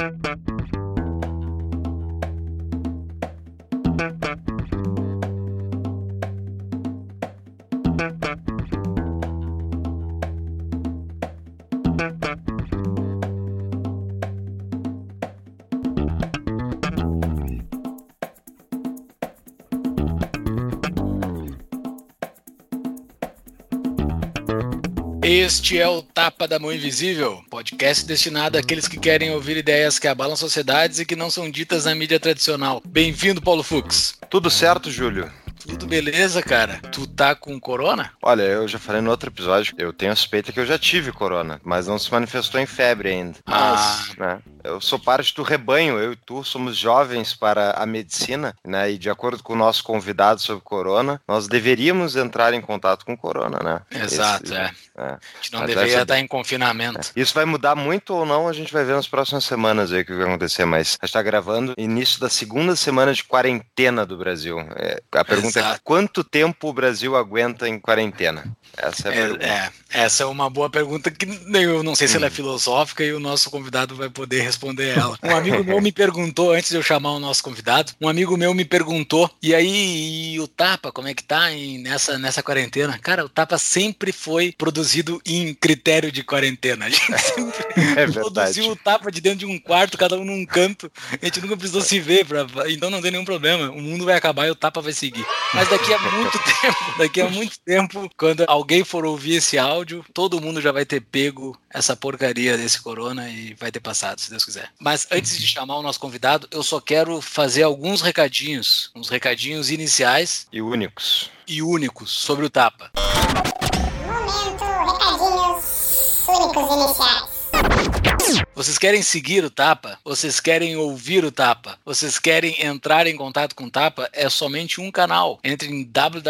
Este é o Tapa da Mão Invisível, podcast destinado àqueles que querem ouvir ideias que abalam sociedades e que não são ditas na mídia tradicional. Bem-vindo, Paulo Fux. Tudo certo, Júlio? Tudo beleza, cara? Tu tá com corona? Olha, eu já falei no outro episódio, eu tenho a suspeita que eu já tive corona, mas não se manifestou em febre ainda. Mas, né, eu sou parte do rebanho, eu e tu somos jovens para a medicina, né, e de acordo com o nosso convidado sobre corona, nós deveríamos entrar em contato com corona, né? Exato, A gente não deveria estar em confinamento. Isso vai mudar muito ou não, a gente vai ver nas próximas semanas aí o que vai acontecer, mas a gente tá gravando início da segunda semana de quarentena do Brasil. A pergunta é quanto tempo o Brasil aguenta em quarentena? Essa é a pergunta. Essa é uma boa pergunta que eu não sei se ela é filosófica e o nosso convidado vai poder responder ela. Um amigo meu me perguntou, antes de eu chamar o nosso convidado, e aí o Tapa, como é que tá nessa quarentena? Cara, o Tapa sempre foi produzido em critério de quarentena. A gente sempre produziu o Tapa de dentro de um quarto, cada um num canto. A gente nunca precisou se ver, então não tem nenhum problema. O mundo vai acabar e o Tapa vai seguir. Mas daqui a muito tempo, quando alguém for ouvir esse áudio, todo mundo já vai ter pego essa porcaria desse corona e vai ter passado, se Deus quiser. Mas antes de chamar o nosso convidado, eu só quero fazer uns recadinhos iniciais e únicos sobre o Tapa. Momento, recadinhos únicos iniciais. Vocês querem seguir o Tapa? Vocês querem ouvir o Tapa? Vocês querem entrar em contato com o Tapa? É somente um canal. Entre em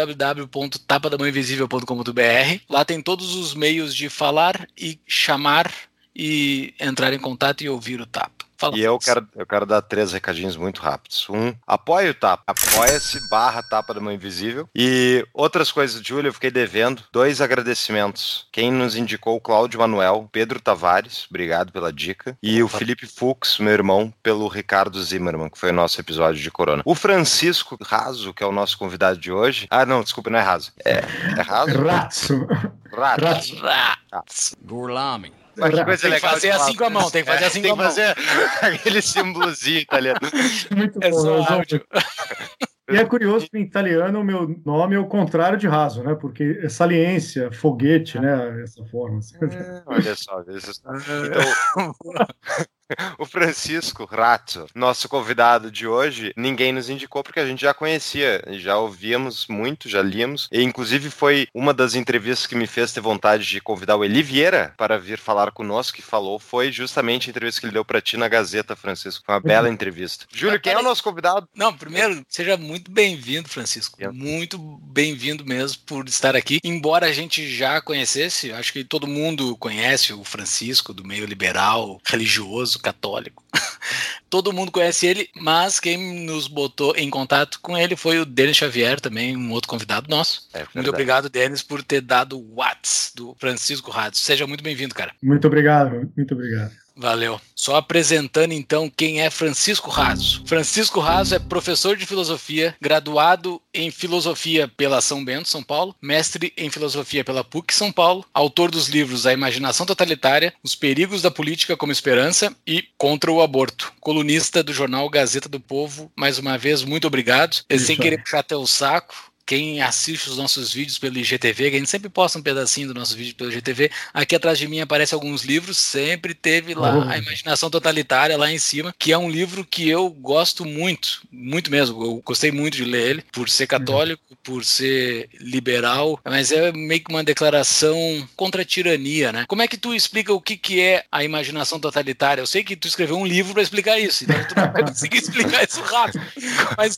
www.tapadamãoinvisível.com.br. Lá tem todos os meios de falar e chamar e entrar em contato e ouvir o Tapa. E eu quero dar 3 recadinhos muito rápidos. Apoie o Tapa. Apoia-se/Tapa da Mão Invisível. E outras coisas, Júlio, eu fiquei devendo 2 agradecimentos. Quem nos indicou, o Cláudio Manuel, Pedro Tavares, obrigado pela dica. E o Felipe Fux, meu irmão, pelo Ricardo Zimmermann, que foi o nosso episódio de corona. O Francisco Raso, que é o nosso convidado de hoje. Ah, não, desculpa, não é Raso. É Raso? Ratso. Gurlami. Que coisa tem que legal fazer assim com a mão, tem que fazer tem que fazer aquele símbolozinho italiano. Muito bom, só áudio. E é curioso que em italiano o meu nome é o contrário de raso, né? Porque é saliência, foguete, né? Essa forma. Assim. Olha só. Então, o Francisco Ratzo, nosso convidado de hoje, ninguém nos indicou porque a gente já conhecia, já ouvíamos muito, já líamos, e inclusive foi uma das entrevistas que me fez ter vontade de convidar o Eli Vieira para vir falar conosco, que falou, foi justamente a entrevista que ele deu para ti na Gazeta, Francisco. Foi uma bela entrevista. Júlio, quem é o nosso convidado? Não, primeiro, seja muito bem-vindo, Francisco. Muito bem-vindo mesmo por estar aqui. Embora a gente já conhecesse, acho que todo mundo conhece o Francisco, do meio liberal, religioso, católico. Todo mundo conhece ele, mas quem nos botou em contato com ele foi o Denis Xavier, também um outro convidado nosso. Muito obrigado, Denis, por ter dado o WhatsApp do Francisco Radzo. Seja muito bem-vindo, cara. Muito obrigado, muito obrigado. Valeu. Só apresentando então quem é Francisco Raso. Francisco Raso é professor de filosofia, graduado em filosofia pela São Bento, São Paulo, mestre em filosofia pela PUC, São Paulo, autor dos livros A Imaginação Totalitária, Os Perigos da Política como Esperança e Contra o Aborto. Colunista do jornal Gazeta do Povo. Mais uma vez, muito obrigado. Sem querer puxar teu saco, quem assiste os nossos vídeos pelo IGTV, que a gente sempre posta um pedacinho do nosso vídeo pelo IGTV, aqui atrás de mim aparecem alguns livros, sempre teve lá A Imaginação Totalitária lá em cima, que é um livro que eu gosto muito, muito mesmo, eu gostei muito de ler ele, por ser católico, por ser liberal, mas é meio que uma declaração contra a tirania, né? Como é que tu explica o que é a imaginação totalitária? Eu sei que tu escreveu um livro para explicar isso, então tu não vai conseguir explicar isso rápido, mas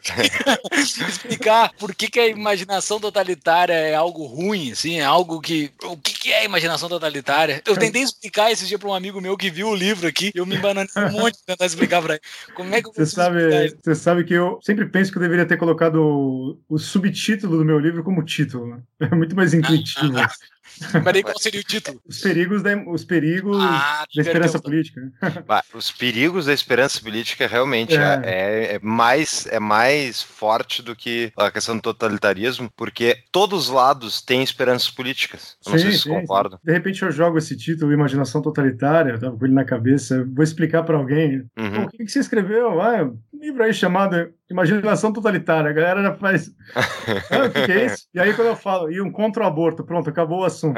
explicar por que a imaginação totalitária é algo ruim, assim, é algo que... O que é a imaginação totalitária? Eu tentei explicar esse dia para um amigo meu que viu o livro aqui, eu me embananei um monte de tentar explicar para ele. Como é que eu consigo explicar isso? Você sabe que eu sempre penso que eu deveria ter colocado o subtítulo do meu livro como título, né? É muito mais intuitivo. Mas qual seria o título? Os perigos da esperança política. Os perigos da esperança política realmente é mais forte do que a questão do totalitarismo, porque todos os lados têm esperanças políticas. Não sei se vocês concordam. De repente eu jogo esse título, Imaginação Totalitária, eu tava com ele na cabeça, vou explicar para alguém. O que você escreveu? Um livro aí chamado Imaginação Totalitária. A galera já faz... o que é isso? E aí quando eu falo, e um contra o aborto, pronto, acabou o assunto.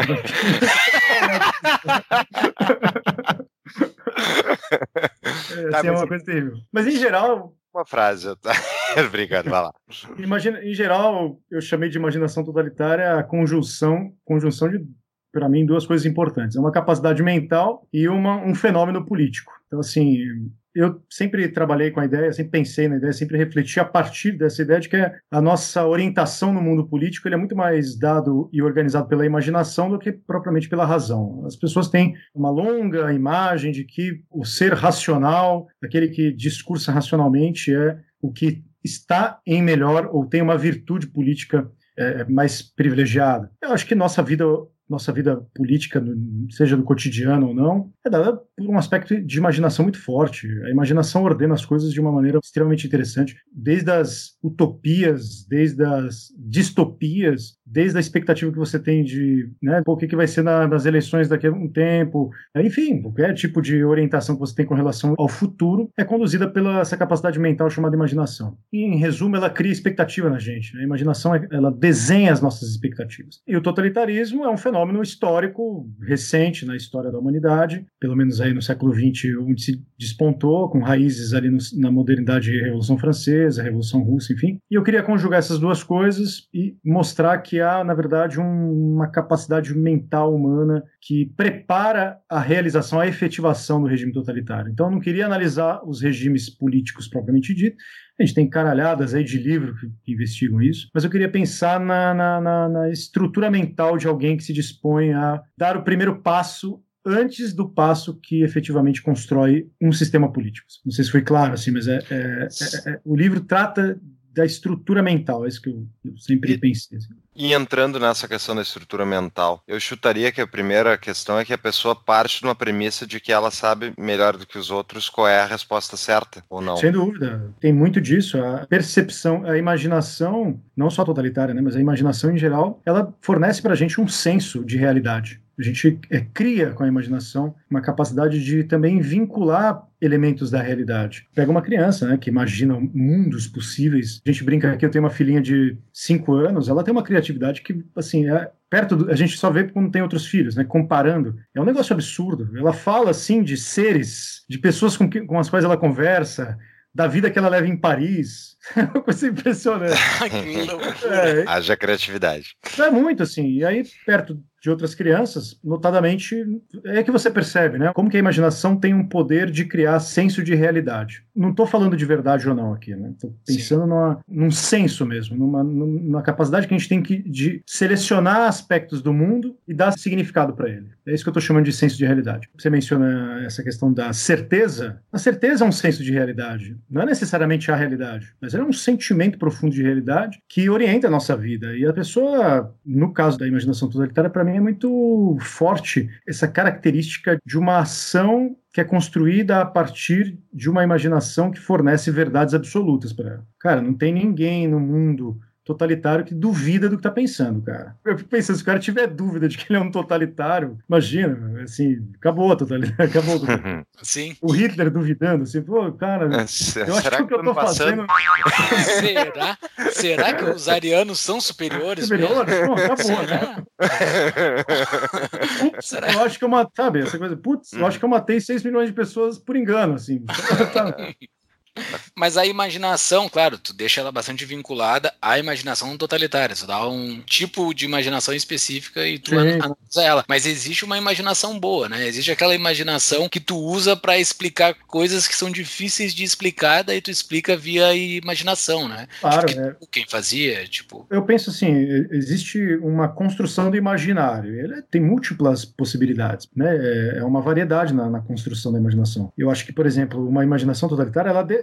É uma coisa terrível. Mas em geral... Uma frase, obrigado, vai lá. Em geral, eu chamei de imaginação totalitária a conjunção de, para mim, duas coisas importantes. É uma capacidade mental e um fenômeno político. Então, assim, eu sempre trabalhei com a ideia, sempre pensei na ideia, sempre refleti a partir dessa ideia de que a nossa orientação no mundo político ele é muito mais dado e organizado pela imaginação do que propriamente pela razão. As pessoas têm uma longa imagem de que o ser racional, aquele que discursa racionalmente, é o que está em melhor ou tem uma virtude política mais privilegiada. Eu acho que nossa vida política, seja do cotidiano ou não, é dada por um aspecto de imaginação muito forte. A imaginação ordena as coisas de uma maneira extremamente interessante, desde as utopias, desde as distopias, desde a expectativa que você tem de o que vai ser nas eleições daqui a um tempo, enfim, qualquer tipo de orientação que você tem com relação ao futuro é conduzida pela essa capacidade mental chamada imaginação. E, em resumo, ela cria expectativa na gente. A imaginação, ela desenha as nossas expectativas. E o totalitarismo é um fenômeno histórico recente na história da humanidade, pelo menos aí no século XX, onde se despontou, com raízes ali na modernidade, Revolução Francesa, Revolução Russa, enfim. E eu queria conjugar essas duas coisas e mostrar que há, na verdade, uma capacidade mental humana que prepara a realização, a efetivação do regime totalitário. Então, eu não queria analisar os regimes políticos propriamente dito. A gente tem caralhadas aí de livros que investigam isso, mas eu queria pensar na estrutura mental de alguém que se dispõe a dar o primeiro passo antes do passo que efetivamente constrói um sistema político. Não sei se foi claro, assim, mas o livro trata da estrutura mental, é isso que eu sempre pensei. Assim. E entrando nessa questão da estrutura mental, eu chutaria que a primeira questão é que a pessoa parte de uma premissa de que ela sabe melhor do que os outros qual é a resposta certa, ou não. Sem dúvida, tem muito disso. A percepção, a imaginação, não só totalitária, mas a imaginação em geral, ela fornece pra gente um senso de realidade. A gente cria com a imaginação uma capacidade de também vincular elementos da realidade. Pega uma criança, que imagina mundos possíveis. A gente brinca aqui, eu tenho uma filhinha de 5 anos, ela tem uma criatividade que, assim, a gente só vê quando tem outros filhos, comparando. É um negócio absurdo. Ela fala, assim, de seres, de pessoas com as quais ela conversa, da vida que ela leva em Paris. É uma coisa impressionante. Haja criatividade. É muito, assim. E aí, perto de outras crianças, notadamente, é que você percebe, como que a imaginação tem um poder de criar senso de realidade. Não estou falando de verdade ou não aqui, estou pensando num senso mesmo, numa capacidade que a gente tem de selecionar aspectos do mundo e dar significado para ele. É isso que eu estou chamando de senso de realidade. Você menciona essa questão da certeza. A certeza é um senso de realidade. Não é necessariamente a realidade, mas é um sentimento profundo de realidade que orienta a nossa vida. E a pessoa, no caso da imaginação totalitária, para mim é muito forte essa característica de uma ação que é construída a partir de uma imaginação que fornece verdades absolutas para ela. Cara, não tem ninguém no mundo totalitário que duvida do que tá pensando, cara. Eu fico pensando, se o cara tiver dúvida de que ele é um totalitário, imagina, assim, acabou a totalidade, acabou. Sim. O Hitler duvidando, assim, pô, cara, eu acho que o que eu tô fazendo... Será que os arianos são superiores? Superiores? Pô, acabou, né? Eu acho que eu matei, sabe, essa coisa, eu acho que eu matei 6 milhões de pessoas por engano, assim. Mas a imaginação, claro, tu deixa ela bastante vinculada à imaginação totalitária. Tu dá um tipo de imaginação específica e tu analisa ela. Mas existe uma imaginação boa, Existe aquela imaginação que tu usa para explicar coisas que são difíceis de explicar, daí tu explica via imaginação, Claro, quem fazia, Eu penso assim, existe uma construção do imaginário. Ele tem múltiplas possibilidades, É uma variedade na construção da imaginação. Eu acho que, por exemplo, uma imaginação totalitária,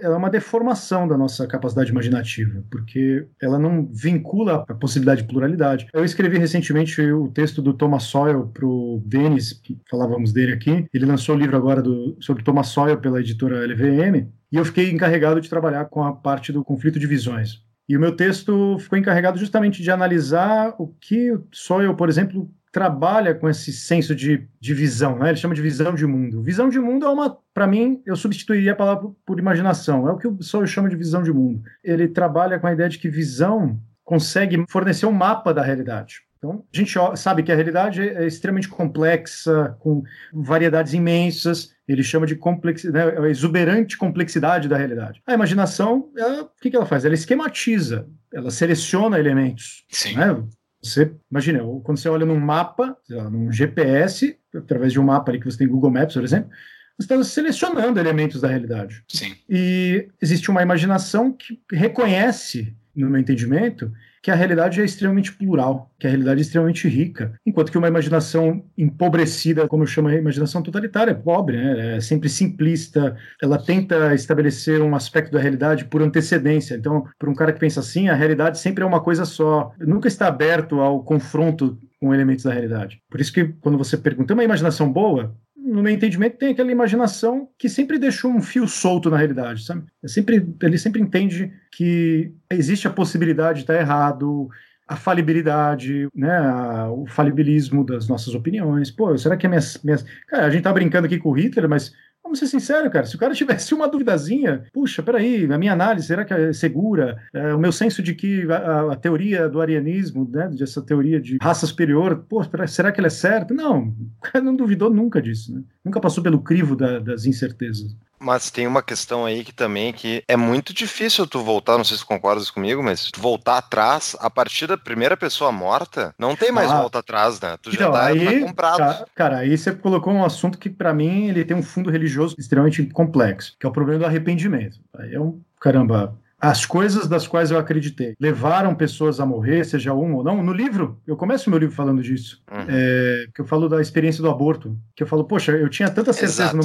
ela é uma deformação da nossa capacidade imaginativa, porque ela não vincula a possibilidade de pluralidade. Eu escrevi recentemente o texto do Thomas Sowell para o Denis, que falávamos dele aqui. Ele lançou o livro agora sobre Thomas Sowell pela editora LVM, e eu fiquei encarregado de trabalhar com a parte do conflito de visões. E o meu texto ficou encarregado justamente de analisar o que o Sowell, por exemplo, trabalha com esse senso de visão, né? Ele chama de visão de mundo. Visão de mundo para mim, eu substituiria a palavra por imaginação. É o que o Sowell chama de visão de mundo. Ele trabalha com a ideia de que visão consegue fornecer um mapa da realidade. Então, a gente sabe que a realidade é extremamente complexa, com variedades imensas. Ele chama de a exuberante complexidade da realidade. A imaginação, o que ela faz? Ela esquematiza, ela seleciona elementos. Sim. Né? Você imagina, quando você olha num mapa, num GPS, através de um mapa ali que você tem Google Maps, por exemplo, você está selecionando elementos da realidade. Sim. E existe uma imaginação que reconhece, no meu entendimento, que a realidade é extremamente plural, que a realidade é extremamente rica, enquanto que uma imaginação empobrecida, como eu chamo a imaginação totalitária, é pobre, né? É sempre simplista, ela tenta estabelecer um aspecto da realidade por antecedência. Então, para um cara que pensa assim, a realidade sempre é uma coisa só, nunca está aberto ao confronto com elementos da realidade. Por isso que, quando você pergunta, é uma imaginação boa? No meu entendimento, tem aquela imaginação que sempre deixou um fio solto na realidade, sabe? Ele sempre entende que existe a possibilidade de estar errado, a falibilidade, né? O falibilismo das nossas opiniões. Pô, será que Cara, a gente tá brincando aqui com o Hitler, mas vamos ser sinceros, cara, se o cara tivesse uma duvidazinha, puxa, peraí, a minha análise, será que é segura? O meu senso de que a teoria do arianismo, né, dessa teoria de raça superior, pô, será que ela é certa? Não, o cara não duvidou nunca disso, né? Nunca passou pelo crivo das incertezas. Mas tem uma questão aí que é muito difícil tu voltar, não sei se tu concordas comigo, mas tu voltar atrás, a partir da primeira pessoa morta, não tem mais volta atrás, né? Tu já tá comprado. Cara, aí você colocou um assunto que pra mim ele tem um fundo religioso extremamente complexo, que é o problema do arrependimento. Aí caramba, as coisas das quais eu acreditei levaram pessoas a morrer, seja uma ou não. No livro, eu começo o meu livro falando disso, que eu falo da experiência do aborto, que eu falo, poxa, eu tinha tanta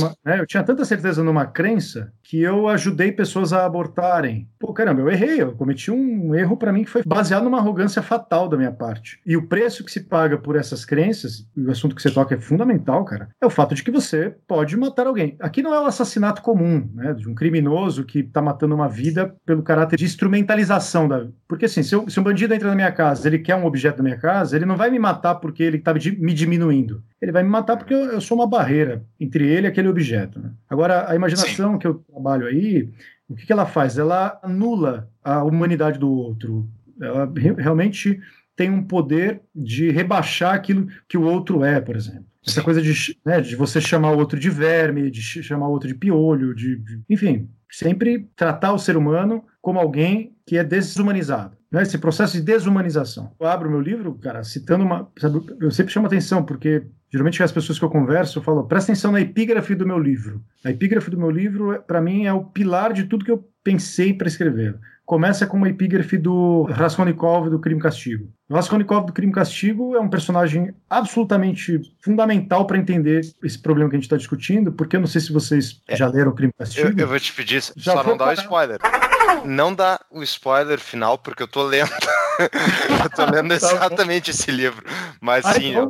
certeza numa crença que eu ajudei pessoas a abortarem. Pô, caramba, eu errei, eu cometi um erro para mim que foi baseado numa arrogância fatal da minha parte. E o preço que se paga por essas crenças, e o assunto que você toca é fundamental, cara, é o fato de que você pode matar alguém. Aqui não é o assassinato comum, né, de um criminoso que tá matando uma vida pelo caráter de instrumentalização porque assim, se um bandido entra na minha casa, ele quer um objeto da minha casa, ele não vai me matar porque ele está me diminuindo, ele vai me matar porque eu sou uma barreira entre ele e aquele objeto, né? Agora, a imaginação Sim. que eu trabalho aí, o que ela faz? Ela anula a humanidade do outro, ela realmente tem um poder de rebaixar aquilo que o outro é, por exemplo. Essa coisa de você chamar o outro de verme, de chamar o outro de piolho, enfim, sempre tratar o ser humano como alguém que é desumanizado. Né? Esse processo de desumanização. Eu abro meu livro, cara, citando eu sempre chamo atenção, porque geralmente as pessoas que eu converso, eu falo, presta atenção na epígrafe do meu livro. A epígrafe do meu livro, para mim, é o pilar de tudo que eu pensei para escrever. Começa com uma epígrafe do Raskolnikov do Crime e Castigo. O Raskolnikov do Crime e Castigo é um personagem absolutamente fundamental para entender esse problema que a gente está discutindo, porque eu não sei se vocês já leram o Crime e Castigo. Eu vou te pedir, só não dá o spoiler. Não dá o spoiler final, porque eu tô lendo. Eu tô lendo exatamente esse livro. Mas sim, então...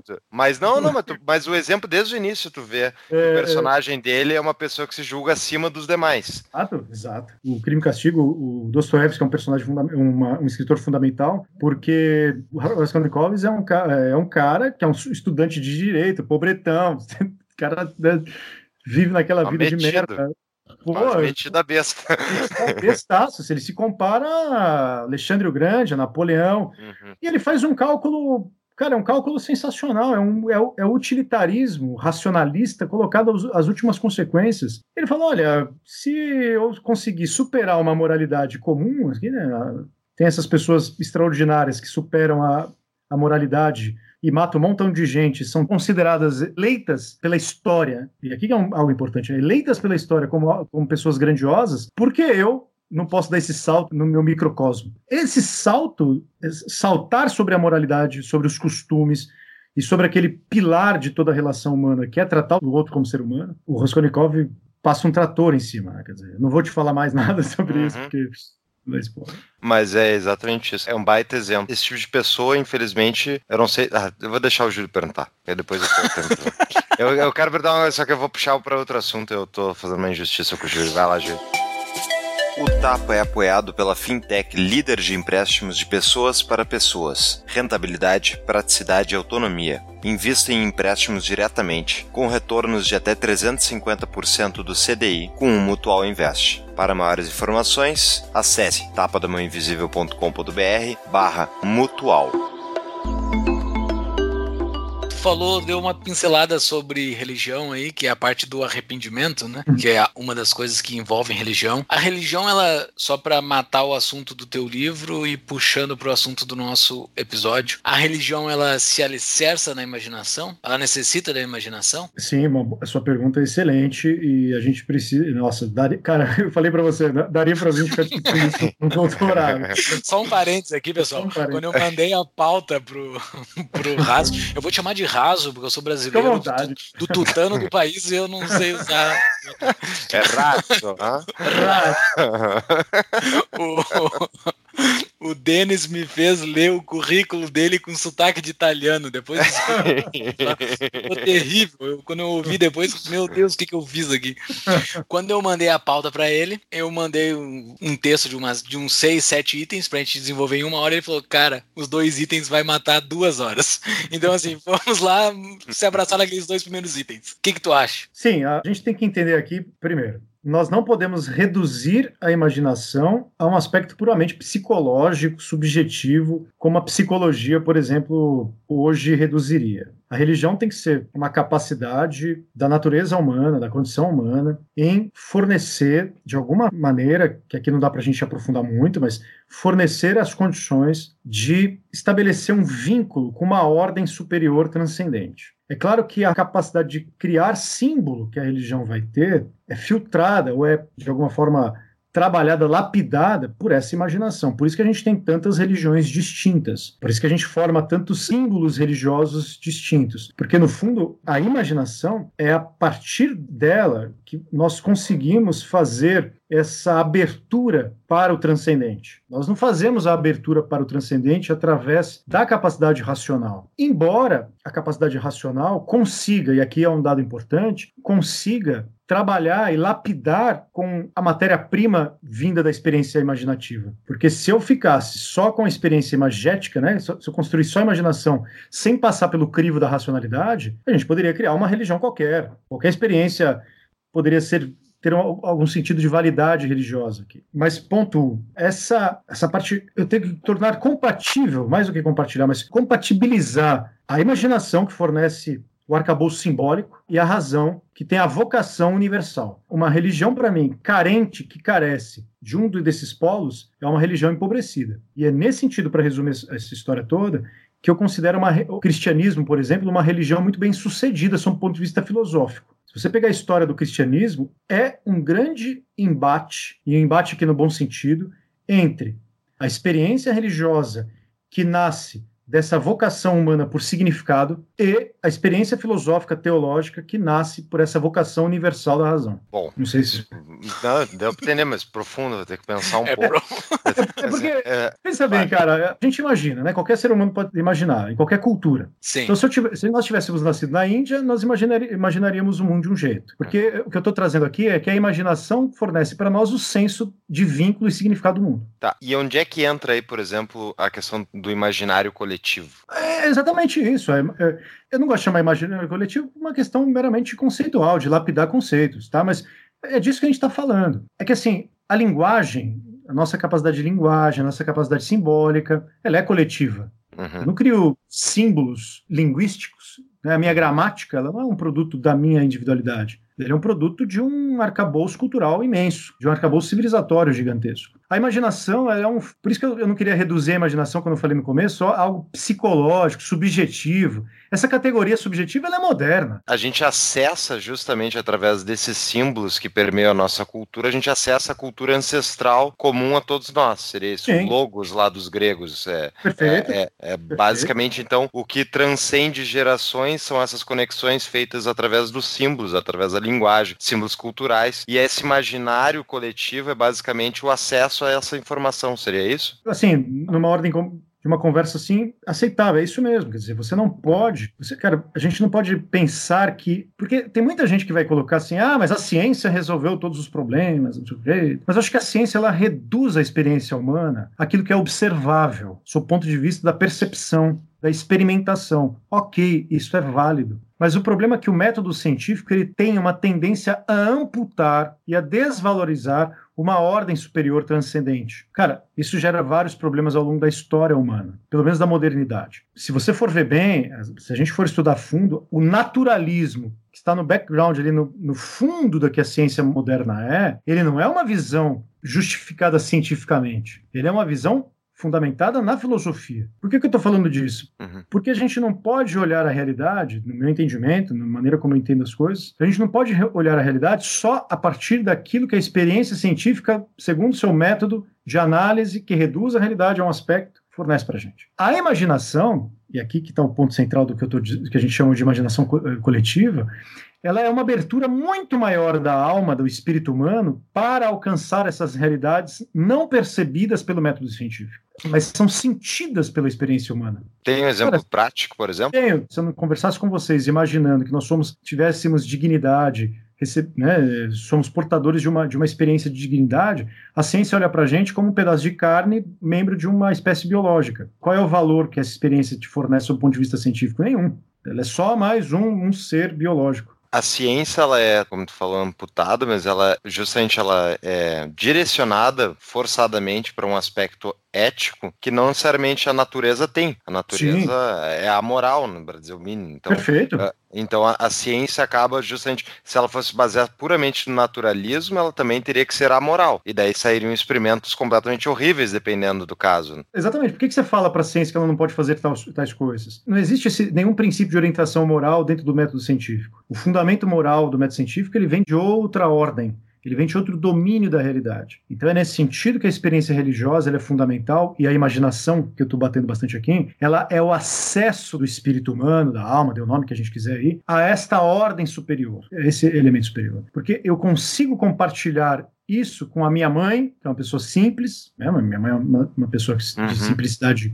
mas o exemplo desde o início, tu vê que o personagem dele é uma pessoa que se julga acima dos demais. Exato. O Crime e Castigo, o Dostoiévski é um personagem, um escritor fundamental, porque o Raskolnikov é um cara que é um estudante de direito, pobretão, o cara vive naquela vida de merda. Metida besta. Bestaço, se ele se compara a Alexandre o Grande, a Napoleão, e ele faz um cálculo, cara, é um cálculo sensacional, é o utilitarismo racionalista colocado às últimas consequências. Ele fala, olha, se eu conseguir superar uma moralidade comum, aqui, né, tem essas pessoas extraordinárias que superam a moralidade e matam um montão de gente, são consideradas eleitas pela história, e aqui é algo importante, eleitas pela história como pessoas grandiosas, porque eu não posso dar esse salto no meu microcosmo. Esse saltar sobre a moralidade, sobre os costumes e sobre aquele pilar de toda a relação humana, que é tratar o outro como ser humano, o Raskolnikov passa um trator em cima, né? Quer dizer, não vou te falar mais nada sobre isso, porque... Mas é exatamente isso. É um baita exemplo. Esse tipo de pessoa, infelizmente, eu não sei... eu vou deixar o Júlio perguntar, e depois eu quero perguntar uma coisa, só que eu vou puxar para outro assunto, eu tô fazendo uma injustiça com o Júlio. Vai lá, Júlio. O Tapa é apoiado pela Fintech, líder de empréstimos de pessoas para pessoas. Rentabilidade, praticidade e autonomia. Invista em empréstimos diretamente, com retornos de até 350% do CDI, com o Mutual Invest. Para maiores informações, acesse tapadamãoinvisível.com.br/mutual. Deu uma pincelada sobre religião aí, que é a parte do arrependimento, né? Que é uma das coisas que envolvem religião. A religião, ela, só para matar o assunto do teu livro e puxando pro assunto do nosso episódio, a religião, ela se alicerça na imaginação? Ela necessita da imaginação? Sim, a sua pergunta é excelente e a gente precisa... Nossa, cara, eu falei para você, daria pra gente ficar discutindo isso no doutorado. Só um parênteses aqui, pessoal. Quando eu mandei a pauta pro Raso, eu vou te chamar de Raso, porque eu sou brasileiro do tutano do país e eu não sei usar. É Raso, O Denis me fez ler o currículo dele com sotaque de italiano. Depois ficou terrível. Quando eu ouvi depois, meu Deus, o que eu fiz aqui? Quando eu mandei a pauta pra ele, eu mandei um texto de uns 6, 7 itens pra gente desenvolver em 1 hora. Ele falou, cara, os 2 itens vai matar 2 horas. Então, assim, vamos lá se abraçar naqueles 2 primeiros itens. O que tu acha? Sim, a gente tem que entender aqui, primeiro, nós não podemos reduzir a imaginação a um aspecto puramente psicológico, subjetivo, como a psicologia, por exemplo, hoje reduziria. A religião tem que ser uma capacidade da natureza humana, da condição humana, em fornecer, de alguma maneira, que aqui não dá para a gente aprofundar muito, mas fornecer as condições de estabelecer um vínculo com uma ordem superior transcendente. É claro que a capacidade de criar símbolo que a religião vai ter é filtrada ou é, de alguma forma, trabalhada, lapidada por essa imaginação. Por isso que a gente tem tantas religiões distintas. Por isso que a gente forma tantos símbolos religiosos distintos. Porque, no fundo, a imaginação é a partir dela que nós conseguimos fazer essa abertura para o transcendente. Nós não fazemos a abertura para o transcendente através da capacidade racional. Embora a capacidade racional consiga, e aqui é um dado importante, consiga trabalhar e lapidar com a matéria-prima vinda da experiência imaginativa. Porque se eu ficasse só com a experiência imagética, né, se eu construísse só a imaginação sem passar pelo crivo da racionalidade, a gente poderia criar uma religião qualquer. Qualquer experiência poderia ter algum sentido de validade religiosa aqui. Mas, ponto 1, essa parte eu tenho que tornar compatível, mais do que compartilhar, mas compatibilizar a imaginação que fornece o arcabouço simbólico e a razão que tem a vocação universal. Uma religião, para mim, carente, que carece de um desses polos, é uma religião empobrecida. E é nesse sentido, para resumir essa história toda, que eu considero o cristianismo, por exemplo, uma religião muito bem sucedida sob o ponto de vista filosófico. Se você pegar a história do cristianismo, é um grande embate, e um embate aqui no bom sentido, entre a experiência religiosa que nasce dessa vocação humana por significado e a experiência filosófica teológica que nasce por essa vocação universal da razão. Bom, não sei se... Não, deu para entender, mas profundo, vou ter que pensar um pouco. É porque, pensa bem, cara, a gente imagina, né? Qualquer ser humano pode imaginar, em qualquer cultura. Sim. Então, se nós tivéssemos nascido na Índia, nós imaginaríamos o mundo de um jeito. Porque o que eu estou trazendo aqui é que a imaginação fornece para nós o senso de vínculo e significado do mundo. Tá, e onde é que entra aí, por exemplo, a questão do imaginário coletivo? É exatamente isso. Eu não gosto de chamar imaginário coletivo por uma questão meramente conceitual, de lapidar conceitos, tá? Mas é disso que a gente está falando. É que, assim, a linguagem, a nossa capacidade de linguagem, a nossa capacidade simbólica, ela é coletiva. Uhum. Eu não crio símbolos linguísticos, né? A minha gramática, ela não é um produto da minha individualidade. Ele é um produto de um arcabouço cultural imenso, de um arcabouço civilizatório gigantesco. A imaginação é por isso que eu não queria reduzir a imaginação, quando eu falei no começo, só algo psicológico, subjetivo. Essa categoria subjetiva, ela é moderna. A gente acessa justamente através desses símbolos que permeiam a nossa cultura, a gente acessa a cultura ancestral comum a todos nós. Seria isso, Sim. logos lá dos gregos. Perfeito. Basicamente, então, o que transcende gerações são essas conexões feitas através dos símbolos, através da linguagem, símbolos culturais. E esse imaginário coletivo é basicamente o acesso a essa informação. Seria isso? Assim, numa ordem de uma conversa assim, aceitável, é isso mesmo. Quer dizer, você não pode... Cara, a gente não pode pensar que... Porque tem muita gente que vai colocar assim, mas a ciência resolveu todos os problemas, não sei o quê. Mas eu acho que a ciência, ela reduz a experiência humana àquilo que é observável, sob o ponto de vista da percepção, da experimentação. Ok, isso é válido. Mas o problema é que o método científico, ele tem uma tendência a amputar e a desvalorizar uma ordem superior transcendente. Cara, isso gera vários problemas ao longo da história humana, pelo menos da modernidade. Se você for ver bem, se a gente for estudar a fundo, o naturalismo que está no background, ali no fundo do que a ciência moderna ele não é uma visão justificada cientificamente. Ele é uma visão fundamentada na filosofia. Por que eu estou falando disso? Porque a gente não pode olhar a realidade, no meu entendimento, na maneira como eu entendo as coisas, a gente não pode olhar a realidade só a partir daquilo que a experiência científica, segundo o seu método de análise, que reduz a realidade a um aspecto, fornece para a gente. A imaginação, e aqui que está o ponto central do que a gente chama de imaginação coletiva, ela é uma abertura muito maior da alma, do espírito humano, para alcançar essas realidades não percebidas pelo método científico, mas são sentidas pela experiência humana. Tem um exemplo prático, por exemplo? Tenho. Se eu não conversasse com vocês, imaginando que nós tivéssemos dignidade, somos portadores de uma experiência de dignidade, a ciência olha para a gente como um pedaço de carne, membro de uma espécie biológica. Qual é o valor que essa experiência te fornece do ponto de vista científico? Nenhum. Ela é só mais um ser biológico. A ciência, ela é, como tu falou, amputada, mas ela é direcionada forçadamente para um aspecto ético que não necessariamente a natureza tem. A natureza é amoral, no Brasil mínimo. Então, perfeito. Então a ciência acaba justamente, se ela fosse baseada puramente no naturalismo, ela também teria que ser amoral. E daí sairiam experimentos completamente horríveis, dependendo do caso. Exatamente. Por que você fala para a ciência que ela não pode fazer tais coisas? Não existe nenhum princípio de orientação moral dentro do método científico. O fundamento moral do método científico, ele vem de outra ordem. Ele vem de outro domínio da realidade. Então é nesse sentido que a experiência religiosa ela é fundamental, e a imaginação, que eu estou batendo bastante aqui, ela é o acesso do espírito humano, da alma, dê o nome que a gente quiser aí, a esta ordem superior, esse elemento superior. Porque eu consigo compartilhar isso com a minha mãe, que é uma pessoa simples, né? Minha mãe é uma pessoa de simplicidade,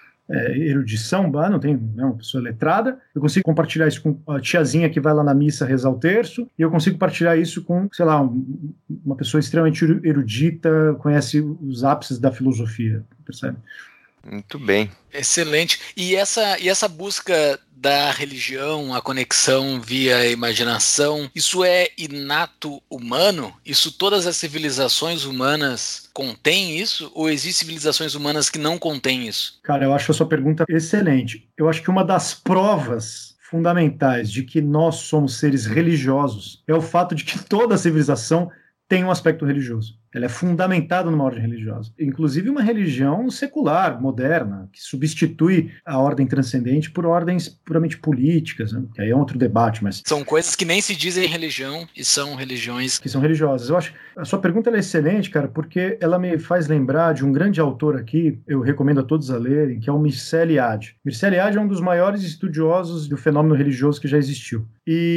erudição, não tem, uma pessoa letrada. Eu consigo compartilhar isso com a tiazinha que vai lá na missa rezar o terço, e eu consigo compartilhar isso com, sei lá, uma pessoa extremamente erudita, conhece os ápices da filosofia, percebe? Muito bem. Excelente. E essa busca da religião, a conexão via imaginação, isso é inato humano? Isso todas as civilizações humanas contêm isso? Ou existem civilizações humanas que não contêm isso? Cara, eu acho a sua pergunta excelente. Eu acho que uma das provas fundamentais de que nós somos seres religiosos é o fato de que toda civilização tem um aspecto religioso. Ela é fundamentada numa ordem religiosa. Inclusive uma religião secular, moderna, que substitui a ordem transcendente por ordens puramente políticas, né? Que aí é outro debate, mas... São coisas que nem se dizem religião e são religiões... Que são religiosas. Eu acho a sua pergunta ela é excelente, cara, porque ela me faz lembrar de um grande autor aqui, eu recomendo a todos a lerem, que é o Mircea Eliade. Mircea Eliade é um dos maiores estudiosos do fenômeno religioso que já existiu.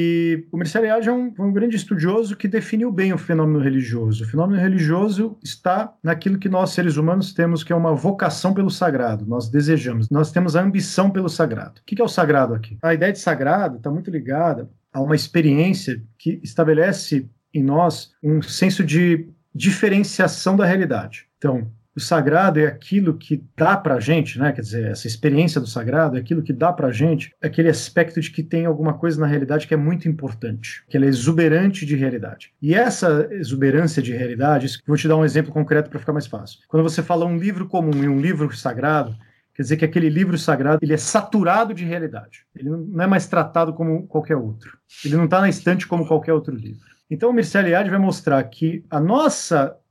E o Mircea Eliade é um grande estudioso que definiu bem o fenômeno religioso. O fenômeno religioso está naquilo que nós, seres humanos, temos, que é uma vocação pelo sagrado. Nós desejamos, nós temos a ambição pelo sagrado. O que é o sagrado aqui? A ideia de sagrado está muito ligada a uma experiência que estabelece em nós um senso de diferenciação da realidade. Então, o sagrado é aquilo que dá para a gente, né? Quer dizer, essa experiência do sagrado é aquilo que dá para a gente, aquele aspecto de que tem alguma coisa na realidade que é muito importante, que ela é exuberante de realidade. E essa exuberância de realidade, vou te dar um exemplo concreto para ficar mais fácil. Quando você fala um livro comum e um livro sagrado, quer dizer que aquele livro sagrado ele é saturado de realidade. Ele não é mais tratado como qualquer outro. Ele não está na estante como qualquer outro livro. Então o Mircea Eliade vai mostrar que a nossa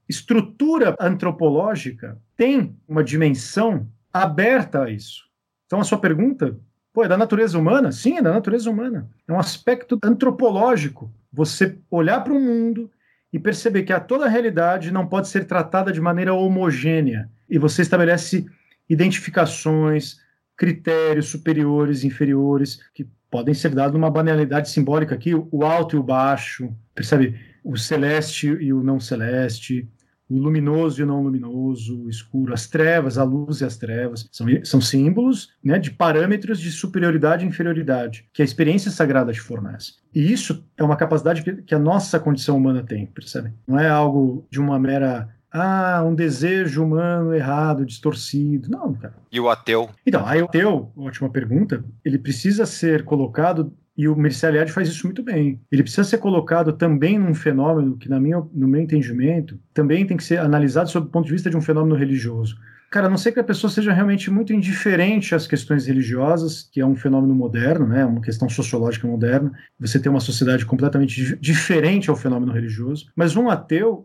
estrutura antropológica tem uma dimensão aberta a isso. Então, a sua pergunta, é da natureza humana? Sim, é da natureza humana. É um aspecto antropológico. Você olhar para o mundo e perceber que toda a realidade não pode ser tratada de maneira homogênea. E você estabelece identificações, critérios superiores, inferiores, que podem ser dados numa banalidade simbólica aqui, o alto e o baixo, percebe? O celeste e o não celeste, o luminoso e o não luminoso, o escuro, as trevas, a luz e as trevas, são símbolos, né, de parâmetros de superioridade e inferioridade, que a experiência sagrada te fornece. E isso é uma capacidade que a nossa condição humana tem, percebe? Não é algo de uma mera... um desejo humano errado, distorcido. Não, cara. E o ateu? Então, o ateu, ótima pergunta, ele precisa ser colocado... E o Mircea Eliade faz isso muito bem. Ele precisa ser colocado também num fenômeno que, no meu entendimento, também tem que ser analisado sob o ponto de vista de um fenômeno religioso. Cara, a não ser que a pessoa seja realmente muito indiferente às questões religiosas, que é um fenômeno moderno, né, uma questão sociológica moderna. Você tem uma sociedade completamente diferente ao fenômeno religioso. Mas um ateu,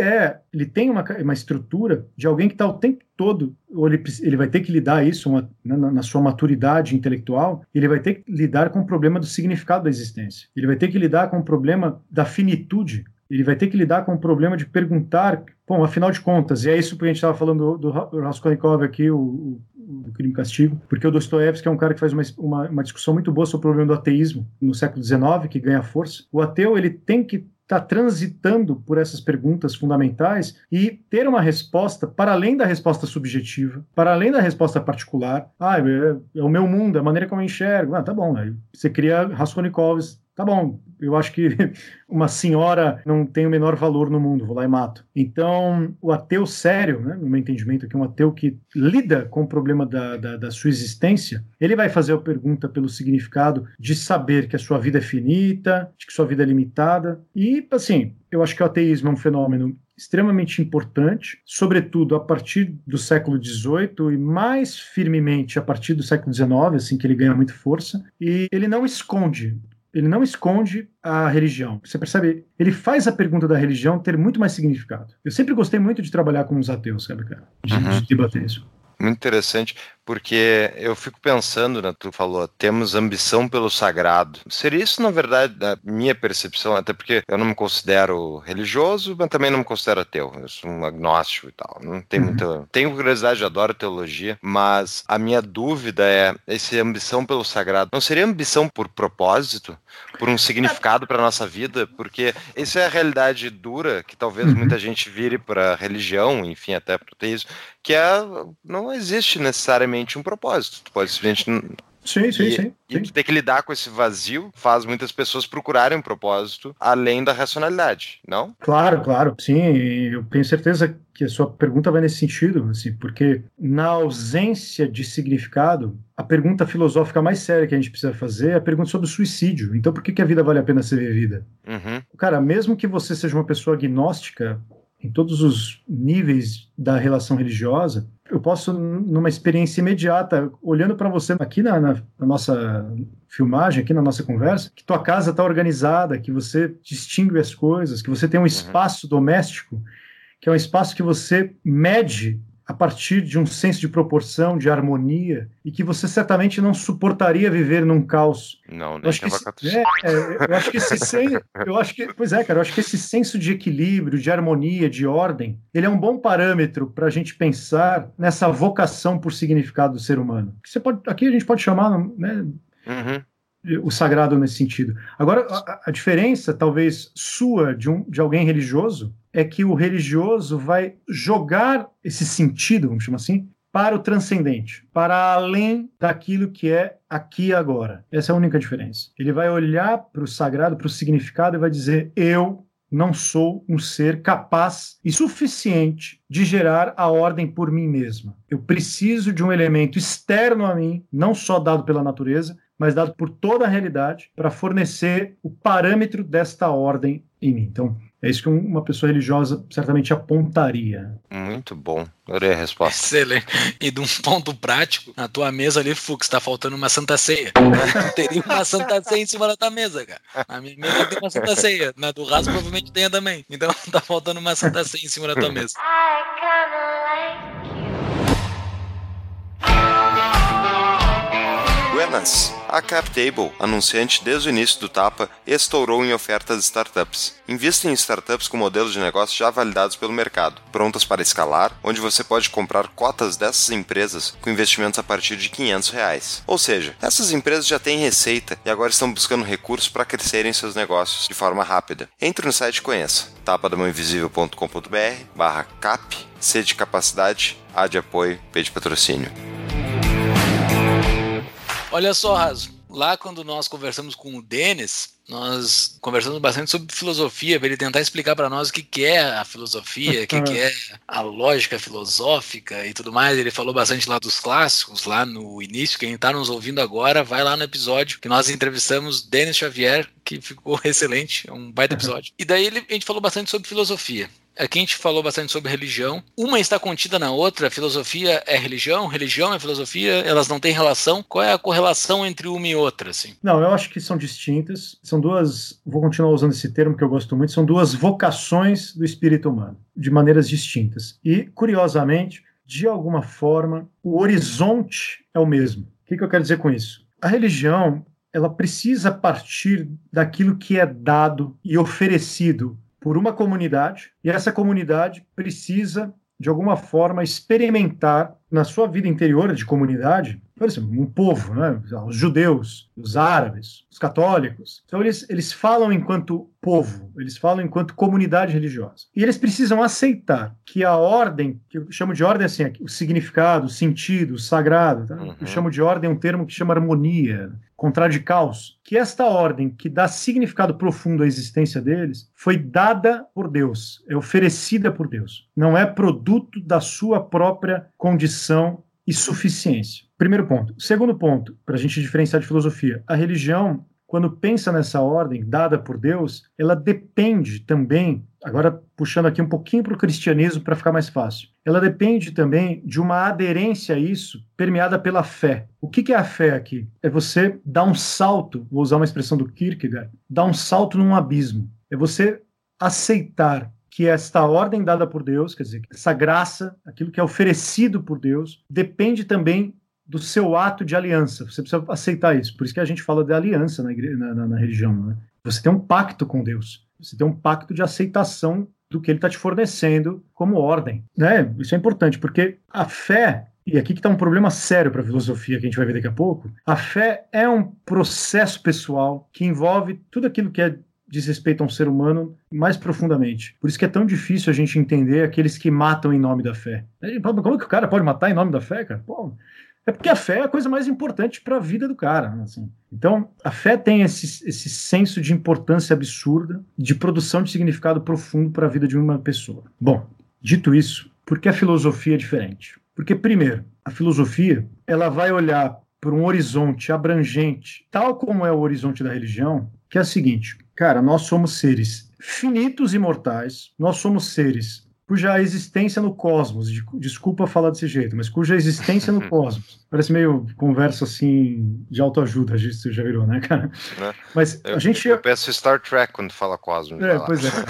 ele tem uma estrutura de alguém que está o tempo todo, ou ele vai ter que lidar isso na sua maturidade intelectual, ele vai ter que lidar com o problema do significado da existência. Ele vai ter que lidar com o problema da finitude. Ele vai ter que lidar com o problema de perguntar, afinal de contas, e é isso que a gente estava falando do Raskolnikov aqui, o Crime e Castigo, porque o Dostoiévski é um cara que faz uma discussão muito boa sobre o problema do ateísmo no século XIX, que ganha força. O ateu, ele tem que estar transitando por essas perguntas fundamentais e ter uma resposta para além da resposta subjetiva, para além da resposta particular. É o meu mundo, é a maneira como eu enxergo. Tá bom, aí você cria Raskolnikovs. Tá bom, eu acho que uma senhora não tem o menor valor no mundo, vou lá e mato. Então, o ateu sério, né, no meu entendimento aqui, um ateu que lida com o problema da sua existência, ele vai fazer a pergunta pelo significado de saber que a sua vida é finita, de que sua vida é limitada. E, assim, eu acho que o ateísmo é um fenômeno extremamente importante, sobretudo a partir do século XVIII e mais firmemente a partir do século XIX, assim que ele ganha muita força, e ele não esconde a religião. Você percebe? Ele faz a pergunta da religião ter muito mais significado. Eu sempre gostei muito de trabalhar com os ateus, sabe, cara? De debater isso. Muito interessante, porque eu fico pensando, né, tu falou, temos ambição pelo sagrado. Seria isso, na verdade, a minha percepção, até porque eu não me considero religioso, mas também não me considero ateu. Eu sou um agnóstico e tal. Não tenho muita... Tenho curiosidade, adoro teologia, mas a minha dúvida é essa ambição pelo sagrado. Não seria ambição por propósito? Por um significado para a nossa vida? Porque essa é a realidade dura, que talvez muita gente vire para religião, enfim, até para o ateísmo, que não existe necessariamente um propósito. Tu pode simplesmente... Sim. E tu ter que lidar com esse vazio faz muitas pessoas procurarem um propósito além da racionalidade, não? Claro, sim. Eu tenho certeza que a sua pergunta vai nesse sentido, assim, porque na ausência de significado, a pergunta filosófica mais séria que a gente precisa fazer é a pergunta sobre o suicídio. Então, por que a vida vale a pena ser vivida? Cara, mesmo que você seja uma pessoa agnóstica, em todos os níveis da relação religiosa, eu posso, numa experiência imediata, olhando para você aqui na nossa filmagem, aqui na nossa conversa, que tua casa está organizada, que você distingue as coisas, que você tem um espaço doméstico, que é um espaço que você mede a partir de um senso de proporção, de harmonia, e que você certamente não suportaria viver num caos. Não, nem eu acho que esse senso de equilíbrio, de harmonia, de ordem, ele é um bom parâmetro para a gente pensar nessa vocação por significado do ser humano. Aqui a gente pode chamar, né, o sagrado nesse sentido. Agora, a diferença, talvez, sua de alguém religioso, é que o religioso vai jogar esse sentido, vamos chamar assim, para o transcendente, para além daquilo que é aqui e agora. Essa é a única diferença. Ele vai olhar para o sagrado, para o significado e vai dizer: eu não sou um ser capaz e suficiente de gerar a ordem por mim mesma. Eu preciso de um elemento externo a mim, não só dado pela natureza, mas dado por toda a realidade, para fornecer o parâmetro desta ordem em mim. Então, É isso que uma pessoa religiosa certamente apontaria. Muito bom. Adorei a resposta. Excelente. E de um ponto prático, na tua mesa ali, Fux, tá faltando uma Santa Ceia. Tu teria uma Santa Ceia em cima da tua mesa, cara. Na minha mesa tem uma Santa Ceia. Na do Raso provavelmente tenha também. Então tá faltando uma Santa Ceia em cima da tua mesa. Buenas! A CapTable, anunciante desde o início do Tapa, estourou em ofertas de startups. Invista em startups com modelos de negócio já validados pelo mercado, prontas para escalar, onde você pode comprar cotas dessas empresas com investimentos a partir de R$500. Ou seja, essas empresas já têm receita e agora estão buscando recursos para crescerem seus negócios de forma rápida. Entre no site e conheça tapadamãoinvisível.com.br/cap, C de capacidade, A de apoio, P de patrocínio. Olha só, Raso, lá quando nós conversamos com o Denis, nós conversamos bastante sobre filosofia, para ele tentar explicar para nós o que é a filosofia, o que é a lógica filosófica e tudo mais. Ele falou bastante lá dos clássicos, lá no início. Quem está nos ouvindo agora, vai lá no episódio que nós entrevistamos Denis Xavier, que ficou excelente, é um baita episódio. E daí a gente falou bastante sobre filosofia. Aqui a gente falou bastante sobre religião. Uma está contida na outra. Filosofia é religião, religião é filosofia. Elas não têm relação. Qual é a correlação entre uma e outra, assim? Não, eu acho que são distintas. São duas, vou continuar usando esse termo que eu gosto muito, são duas vocações do espírito humano, de maneiras distintas. E, curiosamente, de alguma forma, o horizonte é o mesmo. O que eu quero dizer com isso? A religião, ela precisa partir daquilo que é dado e oferecido por uma comunidade, e essa comunidade precisa, de alguma forma, experimentar na sua vida interior de comunidade, por exemplo, um povo, né? Os judeus, os árabes, os católicos. Então eles falam enquanto povo, eles falam enquanto comunidade religiosa. E eles precisam aceitar que a ordem, que eu chamo de ordem assim, o significado, o sentido, o sagrado, tá? Eu chamo de ordem um termo que chama harmonia, contrário de caos, que esta ordem que dá significado profundo à existência deles foi dada por Deus, é oferecida por Deus. Não é produto da sua própria condição e suficiência. Primeiro ponto. Segundo ponto, para a gente diferenciar de filosofia, a religião, quando pensa nessa ordem dada por Deus, ela depende também, agora puxando aqui um pouquinho para o cristianismo para ficar mais fácil, ela depende também de uma aderência a isso permeada pela fé. O que é a fé aqui? É você dar um salto, vou usar uma expressão do Kierkegaard, dar um salto num abismo. É você aceitar que esta ordem dada por Deus, quer dizer, essa graça, aquilo que é oferecido por Deus, depende também do seu ato de aliança. Você precisa aceitar isso. Por isso que a gente fala de aliança na religião. Né? Você tem um pacto com Deus. Você tem um pacto de aceitação do que Ele está te fornecendo como ordem. Né? Isso é importante, porque a fé, e aqui que está um problema sério para a filosofia, que a gente vai ver daqui a pouco, a fé é um processo pessoal que envolve tudo aquilo que diz respeito a um ser humano mais profundamente. Por isso que é tão difícil a gente entender aqueles que matam em nome da fé. Como é que o cara pode matar em nome da fé, cara? Pô, é porque a fé é a coisa mais importante para a vida do cara. Assim. Então, a fé tem esse senso de importância absurda, de produção de significado profundo para a vida de uma pessoa. Bom, dito isso, por que a filosofia é diferente? Porque, primeiro, a filosofia ela vai olhar para um horizonte abrangente, tal como é o horizonte da religião, que é o seguinte, cara, nós somos seres finitos e mortais, nós somos seres cuja existência no cosmos, desculpa falar desse jeito, mas cuja existência no cosmos, parece meio conversa assim de autoajuda, você já virou, né, cara? Mas eu peço Star Trek quando fala cosmos. Pois é.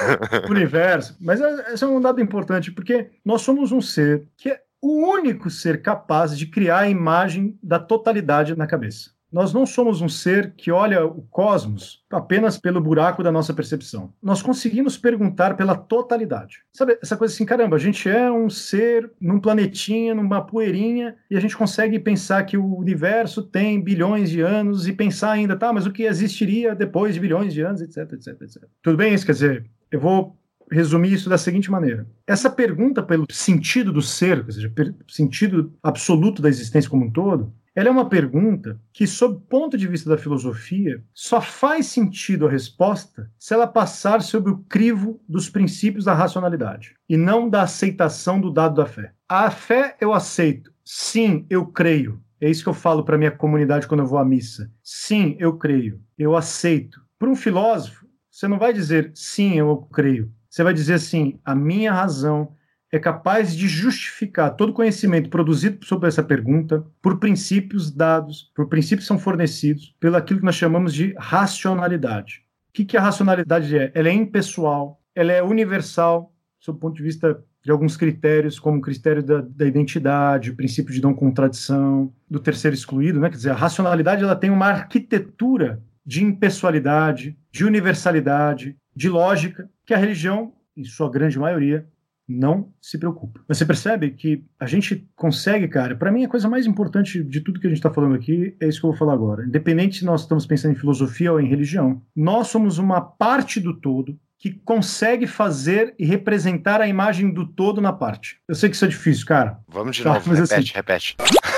Universo. Mas esse é um dado importante, porque nós somos um ser que é o único ser capaz de criar a imagem da totalidade na cabeça. Nós não somos um ser que olha o cosmos apenas pelo buraco da nossa percepção. Nós conseguimos perguntar pela totalidade. Sabe, essa coisa assim, caramba, a gente é um ser num planetinha, numa poeirinha, e a gente consegue pensar que o universo tem bilhões de anos e pensar ainda, tá, mas o que existiria depois de bilhões de anos, etc, etc, etc. Tudo bem isso? Quer dizer, eu vou resumir isso da seguinte maneira. Essa pergunta pelo sentido do ser, ou seja, pelo sentido absoluto da existência como um todo, ela é uma pergunta que, sob o ponto de vista da filosofia, só faz sentido a resposta se ela passar sob o crivo dos princípios da racionalidade e não da aceitação do dado da fé. A fé eu aceito. Sim, eu creio. É isso que eu falo para a minha comunidade quando eu vou à missa. Sim, eu creio. Eu aceito. Para um filósofo, você não vai dizer sim, eu creio. Você vai dizer assim, a minha razão é capaz de justificar todo conhecimento produzido sobre essa pergunta por princípios dados, por princípios que são fornecidos, pelo aquilo que nós chamamos de racionalidade. O que a racionalidade é? Ela é impessoal, ela é universal, sob o ponto de vista de alguns critérios, como o critério da identidade, o princípio de não contradição, do terceiro excluído, né? Quer dizer, a racionalidade ela tem uma arquitetura de impessoalidade, de universalidade, de lógica, que a religião, em sua grande maioria, não se preocupa. Você percebe que a gente consegue, cara, para mim a coisa mais importante de tudo que a gente está falando aqui é isso que eu vou falar agora. Independente se nós estamos pensando em filosofia ou em religião, nós somos uma parte do todo que consegue fazer e representar a imagem do todo na parte. Eu sei que isso é difícil, cara. Vamos de novo, repete.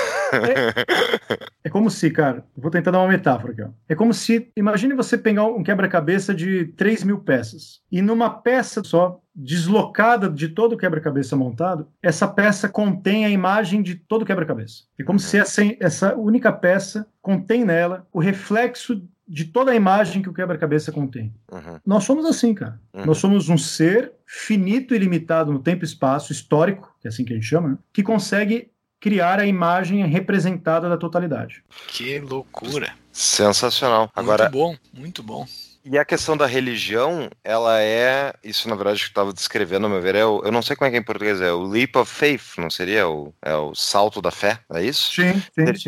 É como se, cara, vou tentar dar uma metáfora aqui, ó. É como se, imagine você pegar um quebra-cabeça de 3.000 peças e numa peça só, deslocada de todo o quebra-cabeça montado, essa peça contém a imagem de todo o quebra-cabeça. É como se essa única peça contém nela o reflexo de toda a imagem que o quebra-cabeça contém. Nós somos assim, cara. Nós somos um ser finito e limitado no tempo e espaço, histórico, que é assim que a gente chama, né? Que consegue criar a imagem representada da totalidade. Que loucura. Sensacional. Agora, muito bom. E a questão da religião, ela é, isso na verdade que eu estava descrevendo, ao meu ver, eu não sei como é que é em português, é o leap of faith, não seria? O salto da fé, é isso? Sim.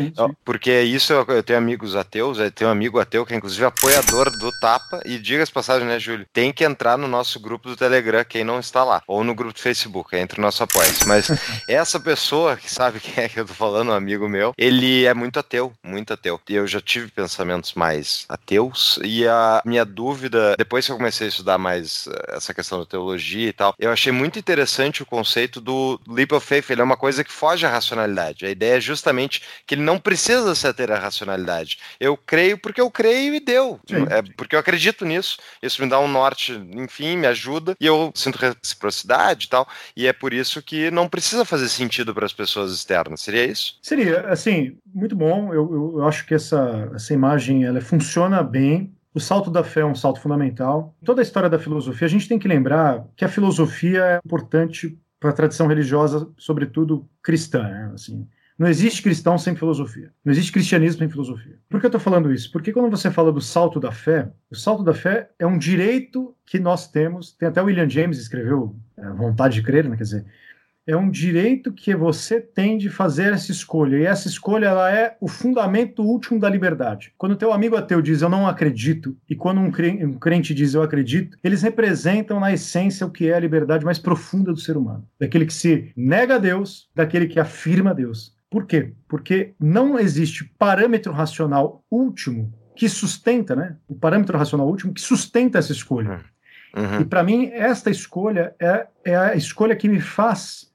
Porque isso, eu tenho amigos ateus, eu tenho um amigo ateu que é inclusive apoiador do Tapa, e diga-se passagem, né, Júlio? Tem que entrar no nosso grupo do Telegram, quem não está lá, ou no grupo do Facebook, entre o nosso apoio. Mas essa pessoa, que sabe quem é que eu tô falando, um amigo meu, ele é muito ateu, e eu já tive pensamentos mais ateus, e a minha dúvida, depois que eu comecei a estudar mais essa questão da teologia e tal, eu achei muito interessante o conceito do leap of faith. Ele é uma coisa que foge à racionalidade. A ideia é justamente que ele não precisa se ater à racionalidade. Eu creio porque eu creio e deu. É porque eu acredito nisso. Isso me dá um norte, enfim, me ajuda e eu sinto reciprocidade e tal. E é por isso que não precisa fazer sentido para as pessoas externas. Seria isso? Seria, assim, muito bom. Eu acho que essa imagem ela funciona bem. O salto da fé é um salto fundamental. Toda a história da filosofia, a gente tem que lembrar que a filosofia é importante para a tradição religiosa, sobretudo cristã, né? Assim, não existe cristão sem filosofia. Não existe cristianismo sem filosofia. Por que eu estou falando isso? Porque quando você fala do salto da fé, o salto da fé é um direito que nós temos. Tem até o William James escreveu Vontade de Crer, né? Quer dizer, é um direito que você tem de fazer essa escolha. E essa escolha ela é o fundamento último da liberdade. Quando o teu amigo ateu diz eu não acredito, e quando um crente diz eu acredito, eles representam na essência o que é a liberdade mais profunda do ser humano. Daquele que se nega a Deus, daquele que afirma a Deus. Por quê? Porque não existe parâmetro racional último que sustenta, né? O parâmetro racional último que sustenta essa escolha. E para mim, esta escolha é a escolha que me faz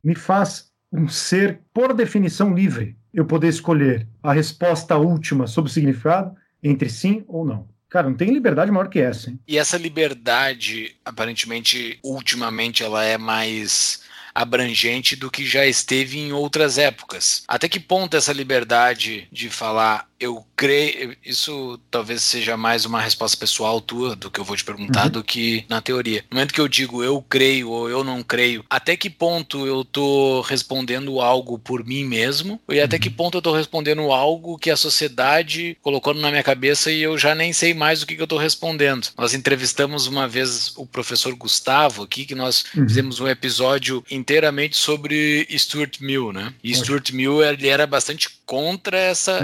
um ser, por definição, livre. Eu poder escolher a resposta última sobre o significado entre sim ou não. Cara, não tem liberdade maior que essa, hein? E essa liberdade, aparentemente, ultimamente, ela é mais abrangente do que já esteve em outras épocas. Até que ponto essa liberdade de falar eu creio, isso talvez seja mais uma resposta pessoal tua do que eu vou te perguntar do que na teoria. No momento que eu digo eu creio ou eu não creio, até que ponto eu tô respondendo algo por mim mesmo e até que ponto eu tô respondendo algo que a sociedade colocou na minha cabeça e eu já nem sei mais o que eu tô respondendo. Nós entrevistamos uma vez o professor Gustavo aqui, que nós fizemos um episódio inteiramente sobre Stuart Mill, né? E Stuart Mill, ele era bastante contra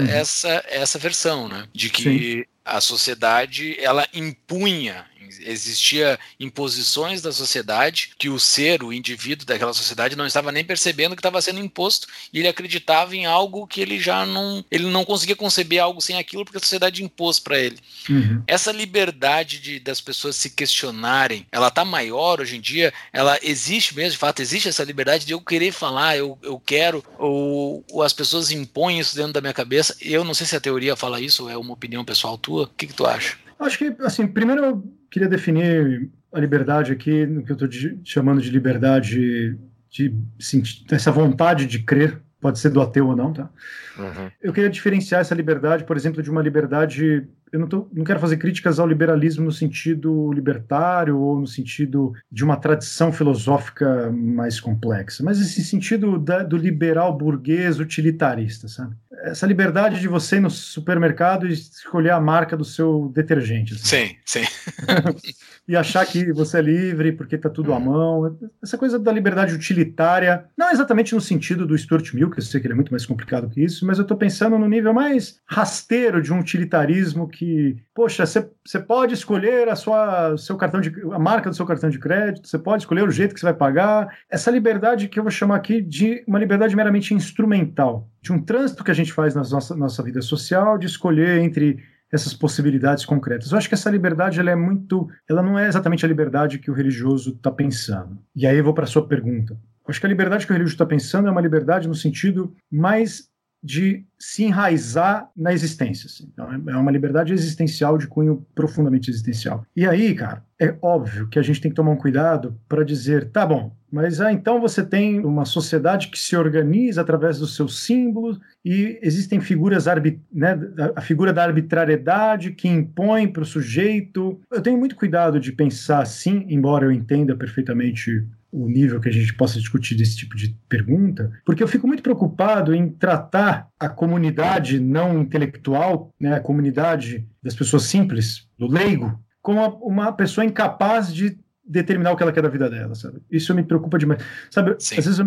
essa versão, né? De que a sociedade, ela impunha, existia imposições da sociedade que o ser, o indivíduo daquela sociedade não estava nem percebendo que estava sendo imposto e ele acreditava em algo que ele não conseguia conceber algo sem aquilo porque a sociedade impôs para ele. Essa liberdade das pessoas se questionarem, ela está maior hoje em dia? Ela existe mesmo, de fato, existe essa liberdade de eu querer falar, eu quero, ou as pessoas impõem isso dentro da minha cabeça? Eu não sei se a teoria fala isso ou é uma opinião pessoal tua. O que tu acha? Acho que, assim, primeiro eu queria definir a liberdade aqui, no que eu estou chamando de liberdade, de sentir, essa vontade de crer, pode ser do ateu ou não, tá? Eu queria diferenciar essa liberdade, por exemplo, de uma liberdade eu não quero fazer críticas ao liberalismo no sentido libertário ou no sentido de uma tradição filosófica mais complexa, mas esse sentido do liberal burguês utilitarista, sabe? Essa liberdade de você ir no supermercado e escolher a marca do seu detergente. Assim. Sim. E achar que você é livre porque está tudo à mão. Essa coisa da liberdade utilitária, não exatamente no sentido do Stuart Mill, que eu sei que ele é muito mais complicado que isso, mas eu estou pensando no nível mais rasteiro de um utilitarismo que, poxa, você pode escolher a marca do seu cartão de crédito, você pode escolher o jeito que você vai pagar. Essa liberdade que eu vou chamar aqui de uma liberdade meramente instrumental, de um trânsito que a gente faz na nossa vida social, de escolher entre essas possibilidades concretas. Eu acho que essa liberdade ela não é exatamente a liberdade que o religioso está pensando. E aí eu vou para a sua pergunta. Eu acho que a liberdade que o religioso está pensando é uma liberdade no sentido mais de se enraizar na existência. Assim. Então, é uma liberdade existencial, de cunho profundamente existencial. E aí, cara, é óbvio que a gente tem que tomar um cuidado para dizer, tá bom, mas então você tem uma sociedade que se organiza através dos seus símbolos e existem figuras, né, a figura da arbitrariedade que impõe para o sujeito. Eu tenho muito cuidado de pensar assim, embora eu entenda perfeitamente o nível que a gente possa discutir desse tipo de pergunta, porque eu fico muito preocupado em tratar a comunidade não intelectual, né, a comunidade das pessoas simples, do leigo, como uma pessoa incapaz de determinar o que ela quer da vida dela, sabe? Isso me preocupa demais. Sabe, às vezes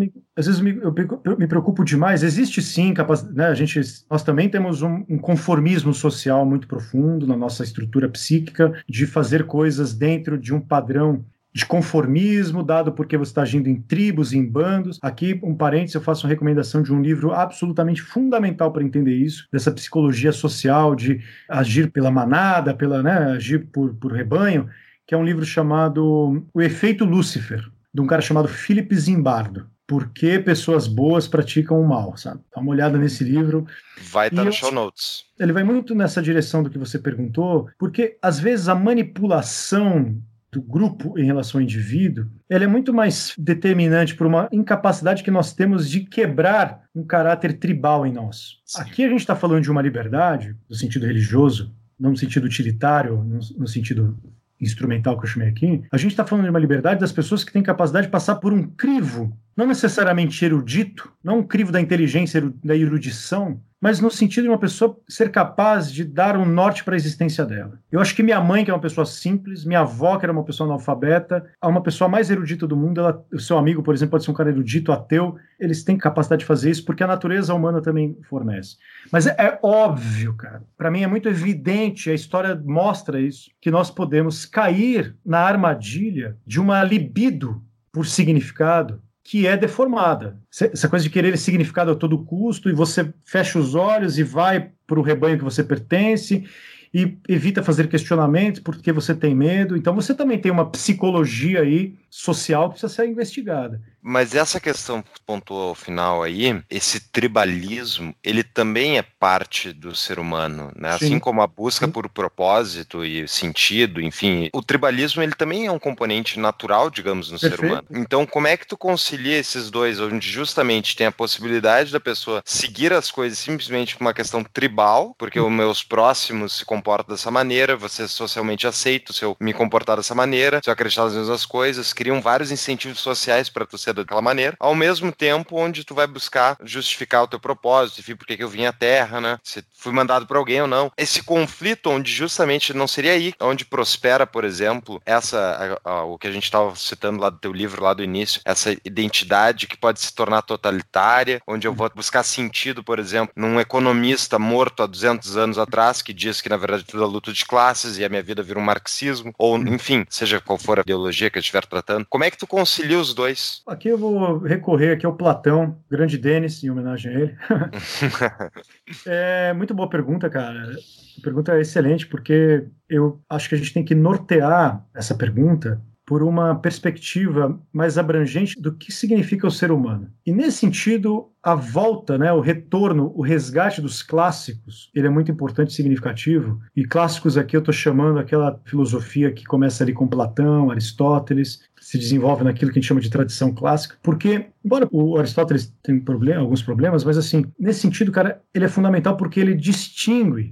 eu me preocupo demais. Existe sim, né, nós também temos um conformismo social muito profundo na nossa estrutura psíquica de fazer coisas dentro de um padrão de conformismo, dado porque você está agindo em tribos, em bandos. Aqui, um parênteses, eu faço uma recomendação de um livro absolutamente fundamental para entender isso, dessa psicologia social de agir pela manada, agir por rebanho, que é um livro chamado O Efeito Lúcifer, de um cara chamado Philip Zimbardo. Por que pessoas boas praticam o mal, sabe? Dá uma olhada nesse livro. Vai estar no show notes. Ele vai muito nessa direção do que você perguntou, porque, às vezes, a manipulação do grupo em relação ao indivíduo, ela é muito mais determinante por uma incapacidade que nós temos de quebrar um caráter tribal em nós. Sim. Aqui a gente está falando de uma liberdade, no sentido religioso, não no sentido utilitário, no sentido instrumental que eu chamei aqui. A gente está falando de uma liberdade das pessoas que têm capacidade de passar por um crivo, não necessariamente erudito, não um crivo da inteligência, da erudição, mas no sentido de uma pessoa ser capaz de dar um norte para a existência dela. Eu acho que minha mãe, que é uma pessoa simples, minha avó, que era uma pessoa analfabeta, a uma pessoa mais erudita do mundo, o seu amigo, por exemplo, pode ser um cara erudito, ateu, eles têm capacidade de fazer isso porque a natureza humana também fornece. Mas é óbvio, cara, para mim é muito evidente, a história mostra isso, que nós podemos cair na armadilha de uma libido por significado que é deformada. Essa coisa de querer significado a todo custo, e você fecha os olhos e vai para o rebanho que você pertence e evita fazer questionamentos porque você tem medo. Então você também tem uma psicologia aí social que precisa ser investigada. Mas essa questão que pontuou ao final aí, esse tribalismo, ele também é parte do ser humano, né? Sim. Assim como a busca por propósito e sentido, enfim, o tribalismo ele também é um componente natural, digamos, no ser humano. Então, como é que tu concilia esses dois, onde justamente tem a possibilidade da pessoa seguir as coisas simplesmente por uma questão tribal, porque os meus próximos se comportam dessa maneira, você socialmente aceita se eu me comportar dessa maneira, se eu acreditar nas mesmas coisas, criam vários incentivos sociais para tu ser daquela maneira, ao mesmo tempo onde tu vai buscar justificar o teu propósito, enfim, por que eu vim à Terra, né? Se fui mandado por alguém ou não. Esse conflito onde justamente não seria aí onde prospera, por exemplo, o que a gente estava citando lá do teu livro, lá do início, essa identidade que pode se tornar totalitária, onde eu vou buscar sentido, por exemplo, num economista morto há 200 anos atrás, que diz que na verdade tudo é luta de classes e a minha vida vira um marxismo, ou enfim, seja qual for a ideologia que eu estiver tratando. Como é que tu concilia os dois? Aqui eu vou recorrer aqui ao Platão, grande Denis, em homenagem a ele. É muito boa pergunta, cara. A pergunta é excelente, porque eu acho que a gente tem que nortear essa pergunta por uma perspectiva mais abrangente do que significa o ser humano. E nesse sentido, a volta, né, o retorno, o resgate dos clássicos, ele é muito importante e significativo. E clássicos aqui eu estou chamando aquela filosofia que começa ali com Platão, Aristóteles, se desenvolve naquilo que a gente chama de tradição clássica, porque, embora o Aristóteles tenha alguns problemas, mas assim, nesse sentido, cara, ele é fundamental porque ele distingue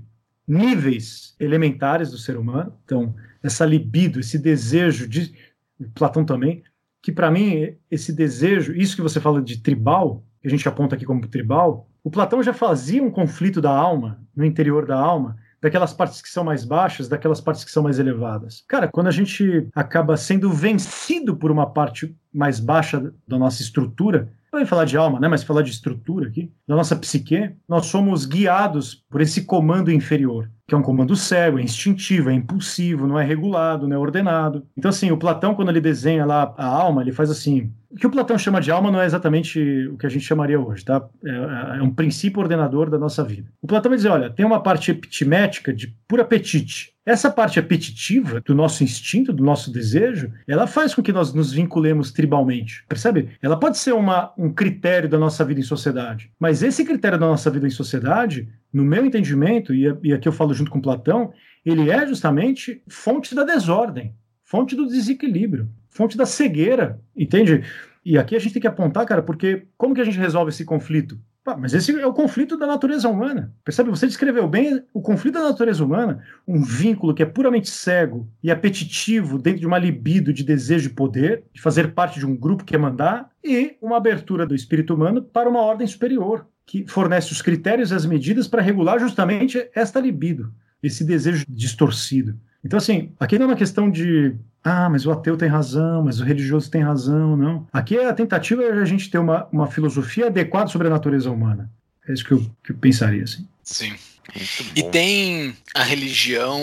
níveis elementares do ser humano. Então, essa libido, esse desejo de Platão também, que para mim, esse desejo, isso que você fala de tribal, que a gente aponta aqui como tribal, o Platão já fazia um conflito da alma, no interior da alma, daquelas partes que são mais baixas, daquelas partes que são mais elevadas. Cara, quando a gente acaba sendo vencido por uma parte mais baixa da nossa estrutura, não vou falar de alma, né, mas falar de estrutura aqui, da nossa psique, nós somos guiados por esse comando inferior, que é um comando cego, é instintivo, é impulsivo, não é regulado, não é ordenado. Então, assim, o Platão, quando ele desenha lá a alma, ele faz assim... O que o Platão chama de alma não é exatamente o que a gente chamaria hoje, tá? É um princípio ordenador da nossa vida. O Platão vai dizer, olha, tem uma parte epitimética de puro apetite. Essa parte apetitiva do nosso instinto, do nosso desejo, ela faz com que nós nos vinculemos tribalmente, percebe? Ela pode ser um critério da nossa vida em sociedade, mas esse critério da nossa vida em sociedade, no meu entendimento, e aqui eu falo junto com Platão, ele é justamente fonte da desordem, fonte do desequilíbrio, fonte da cegueira, entende? E aqui a gente tem que apontar, cara, porque como que a gente resolve esse conflito? Mas esse é o conflito da natureza humana. Percebe? Você descreveu bem o conflito da natureza humana, um vínculo que é puramente cego e apetitivo dentro de uma libido de desejo de poder, de fazer parte de um grupo que quer mandar, e uma abertura do espírito humano para uma ordem superior, que fornece os critérios e as medidas para regular justamente esta libido, esse desejo distorcido. Então, assim, aqui não é uma questão de mas o ateu tem razão, mas o religioso tem razão, não. Aqui a tentativa é a gente ter uma filosofia adequada sobre a natureza humana. É isso que eu pensaria, assim. Sim. E tem a religião,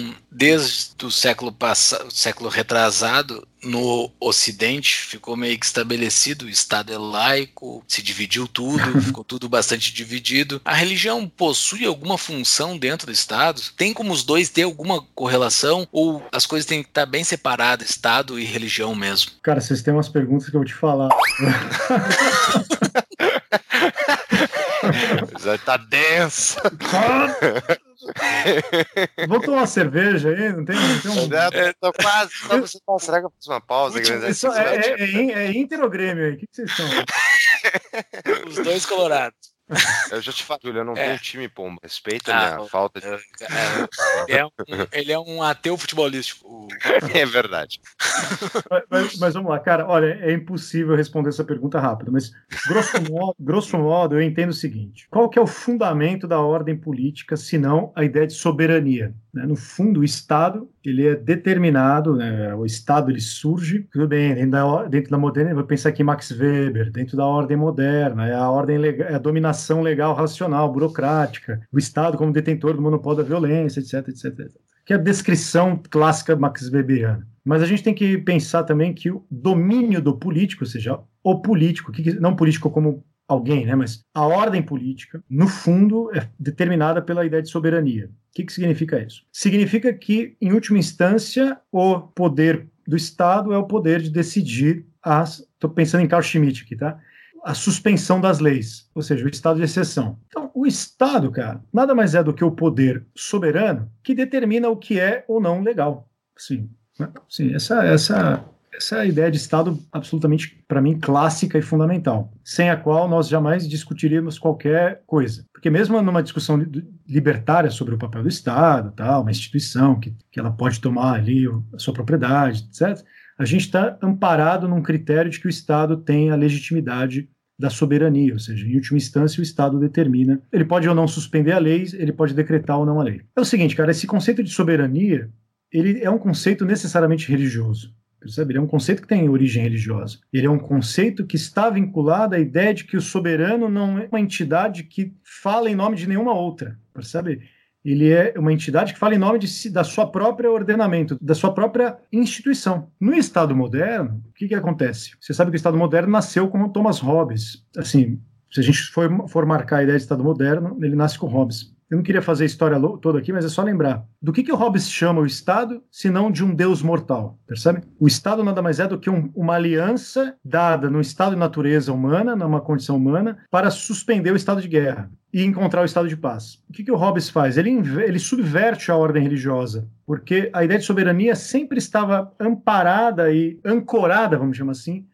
desde o século passado, século retrasado, no Ocidente, ficou meio que estabelecido, o Estado é laico, se dividiu tudo, ficou tudo bastante dividido. A religião possui alguma função dentro do Estado? Tem como os dois ter alguma correlação? Ou as coisas têm que estar bem separadas, Estado e religião mesmo? Cara, vocês têm umas perguntas que eu vou te falar. Já tá denso. Vou tomar uma cerveja aí, não tem um... Tô quase. Será que eu faço uma pausa? É Inter ou Grêmio aí? O que vocês estão? Os dois colorados. Eu já te falo, Júlio, eu não tenho time, pomba. Respeita a minha falta de... Ele é um ateu futebolístico. É verdade. Mas vamos lá, cara. Olha, é impossível responder essa pergunta rápido, mas grosso modo eu entendo o seguinte. Qual que é o fundamento da ordem política, se não a ideia de soberania? Né? No fundo, o Estado, ele é determinado, né? O Estado ele surge, tudo bem, dentro da moderna, vou pensar aqui em Max Weber, dentro da ordem moderna, é a ordem legal, é a dominação legal, racional, burocrática, o Estado como detentor do monopólio da violência, etc, etc, etc. Que é a descrição clássica Max Weberiana. Mas a gente tem que pensar também que o domínio do político, ou seja, o político, não político como alguém, né, mas a ordem política, no fundo, é determinada pela ideia de soberania. O que significa isso? Significa que, em última instância, o poder do Estado é o poder de decidir estou pensando em Carl Schmitt aqui, tá? A suspensão das leis, ou seja, o estado de exceção. Então, o Estado, cara, nada mais é do que o poder soberano que determina o que é ou não legal. Sim, essa é a ideia de Estado absolutamente, para mim, clássica e fundamental, sem a qual nós jamais discutiríamos qualquer coisa. Porque mesmo numa discussão libertária sobre o papel do Estado, tal, uma instituição que ela pode tomar ali a sua propriedade, etc., a gente está amparado num critério de que o Estado tem a legitimidade da soberania, ou seja, em última instância o Estado determina, ele pode ou não suspender a lei, ele pode decretar ou não a lei. É o seguinte, cara, esse conceito de soberania, ele é um conceito necessariamente religioso, percebe? Ele é um conceito que tem origem religiosa. Ele é um conceito que está vinculado à ideia de que o soberano não é uma entidade que fala em nome de nenhuma outra, percebe? Ele é uma entidade que fala em nome da sua própria ordenamento, da sua própria instituição. No Estado moderno, o que acontece? Você sabe que o Estado moderno nasceu com Thomas Hobbes. Assim, se a gente for marcar a ideia de Estado moderno, ele nasce com Hobbes. Eu não queria fazer a história toda aqui, mas é só lembrar. Do que o Hobbes chama o Estado, se não de um Deus mortal, percebe? O Estado nada mais é do que uma aliança dada no estado de natureza humana, numa condição humana, para suspender o estado de guerra e encontrar o estado de paz. O que o Hobbes faz? Ele subverte a ordem religiosa, porque a ideia de soberania sempre estava amparada e ancorada, vamos chamar assim,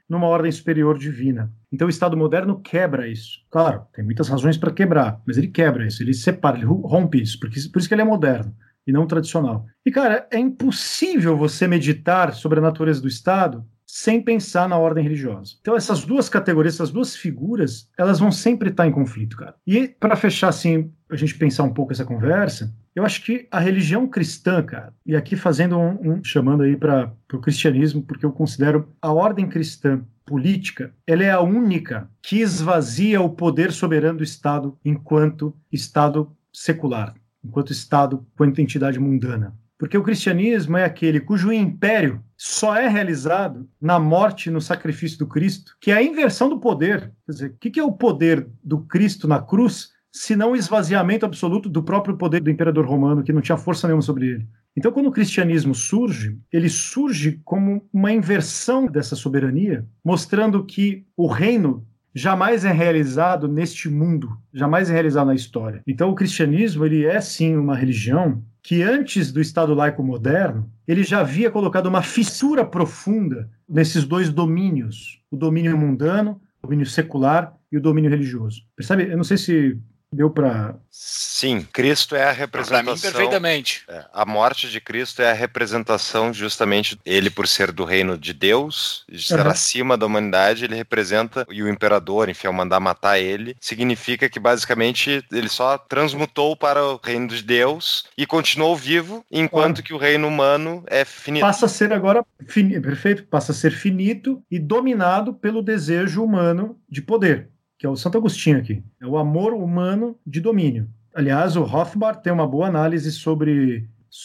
numa ordem superior divina. Então o Estado moderno quebra isso. Claro, tem muitas razões para quebrar, mas ele quebra isso, ele separa, ele rompe isso, por isso que ele é moderno e não tradicional. E, cara, é impossível você meditar sobre a natureza do Estado sem pensar na ordem religiosa. Então essas duas categorias, essas duas figuras, elas vão sempre estar em conflito, cara. E para fechar, assim, a gente pensar um pouco essa conversa, eu acho que a religião cristã, cara, e aqui fazendo chamando aí para o cristianismo, porque eu considero a ordem cristã política, ela é a única que esvazia o poder soberano do Estado enquanto Estado secular, enquanto Estado, enquanto entidade mundana. Porque o cristianismo é aquele cujo império só é realizado na morte e no sacrifício do Cristo, que é a inversão do poder. Quer dizer, o que é o poder do Cristo na cruz, se não o esvaziamento absoluto do próprio poder do imperador romano, que não tinha força nenhuma sobre ele? Então, quando o cristianismo surge, ele surge como uma inversão dessa soberania, mostrando que o reino jamais é realizado neste mundo, jamais é realizado na história. Então, o cristianismo, ele é, sim, uma religião que antes do Estado laico moderno, ele já havia colocado uma fissura profunda nesses dois domínios, o domínio mundano, o domínio secular e o domínio religioso. Percebe? Eu não sei se deu para... Sim, Cristo é a representação... Para mim, perfeitamente. A morte de Cristo é a representação, justamente, ele por ser do reino de Deus, de estar acima da humanidade, ele representa, e o imperador, enfim, ao mandar matar ele, significa que, basicamente, ele só transmutou para o reino de Deus e continuou vivo, enquanto que o reino humano é finito. Passa a ser agora, perfeito, passa a ser finito e dominado pelo desejo humano de poder, que é o Santo Agostinho aqui. É o amor humano de domínio. Aliás, o Rothbard tem uma boa análise sobre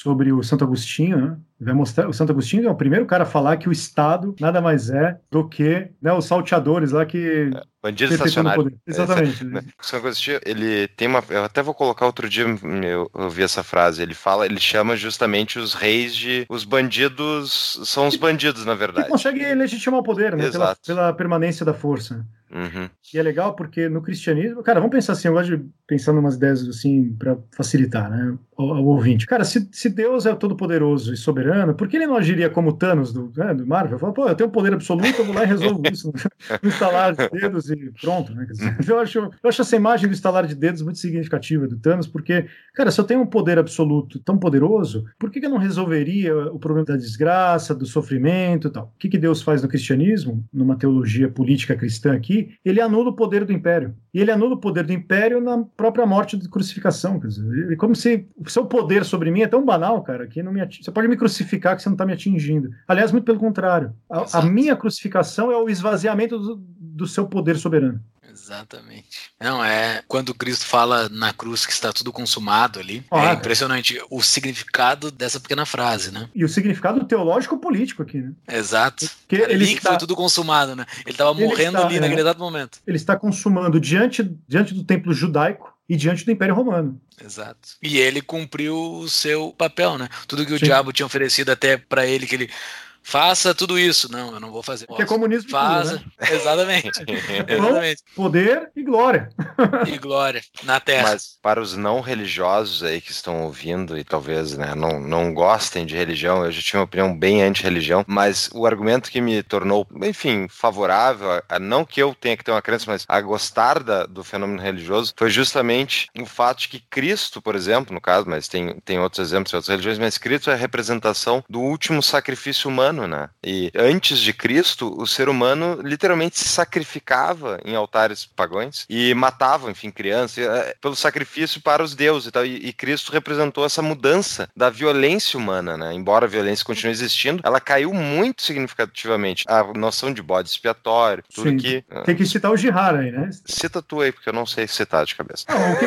o Santo Agostinho, né? Vai mostrar, o Santo Agostinho é o primeiro cara a falar que o Estado nada mais é do que, né, os salteadores lá que... Bandido estacionário. Exatamente. O Santo Agostinho, ele tem uma... Eu até vou colocar outro dia, eu vi essa frase, ele chama justamente os reis de... Os bandidos são os bandidos, na verdade. Que consegue legitimar o poder, né? Pela permanência da força. Uhum. E é legal porque no cristianismo... Cara, vamos pensar assim, eu gosto de pensar em umas ideias assim para facilitar, né, ao ouvinte. Cara, se Deus é todo-poderoso e soberano, por que ele não agiria como o Thanos do Marvel? Fala, pô, eu tenho um poder absoluto, eu vou lá e resolvo isso no estalar de dedos e pronto, né? Quer dizer, eu acho essa imagem do estalar de dedos muito significativa do Thanos, porque, cara, se eu tenho um poder absoluto tão poderoso, por que eu não resolveria o problema da desgraça, do sofrimento e tal? O que Deus faz no cristianismo, numa teologia política cristã aqui? Ele anula o poder do império. E ele anula o poder do império na própria morte de crucificação. Quer dizer, é como se o seu poder sobre mim é tão banal, cara, que não me atinge. Você pode me crucificar que você não está me atingindo. Aliás, muito pelo contrário. A minha crucificação é o esvaziamento do seu poder soberano. Exatamente. Não, é quando Cristo fala na cruz que está tudo consumado ali, é impressionante o significado dessa pequena frase, né? E o significado teológico-político aqui, né? Exato. Ali que foi tudo consumado, né? Ele estava morrendo ali naquele exato momento. Ele está consumando diante do templo judaico e diante do Império Romano. Exato. E ele cumpriu o seu papel, né? Tudo que o diabo tinha oferecido até para ele, que ele... Faça tudo isso. Não, eu não vou fazer. Porque é comunismo. Faça. Tudo, né? Exatamente. Exatamente. Poder e glória. E glória na terra. Mas para os não religiosos aí que estão ouvindo e talvez, né, não gostem de religião, eu já tinha uma opinião bem anti-religião, mas o argumento que me tornou, enfim, favorável, não que eu tenha que ter uma crença, mas a gostar do fenômeno religioso, foi justamente o fato de que Cristo, por exemplo, no caso, mas tem outros exemplos de outras religiões, mas Cristo é a representação do último sacrifício humano, né? E antes de Cristo, o ser humano literalmente se sacrificava em altares pagãos e matava, enfim, crianças pelo sacrifício para os deuses e tal. E Cristo representou essa mudança da violência humana, né? Embora a violência continue existindo, ela caiu muito significativamente. A noção de bode expiatório, tudo. Sim. Que... Tem que citar o Jihad aí, né? Cita tu aí, porque eu não sei citar de cabeça.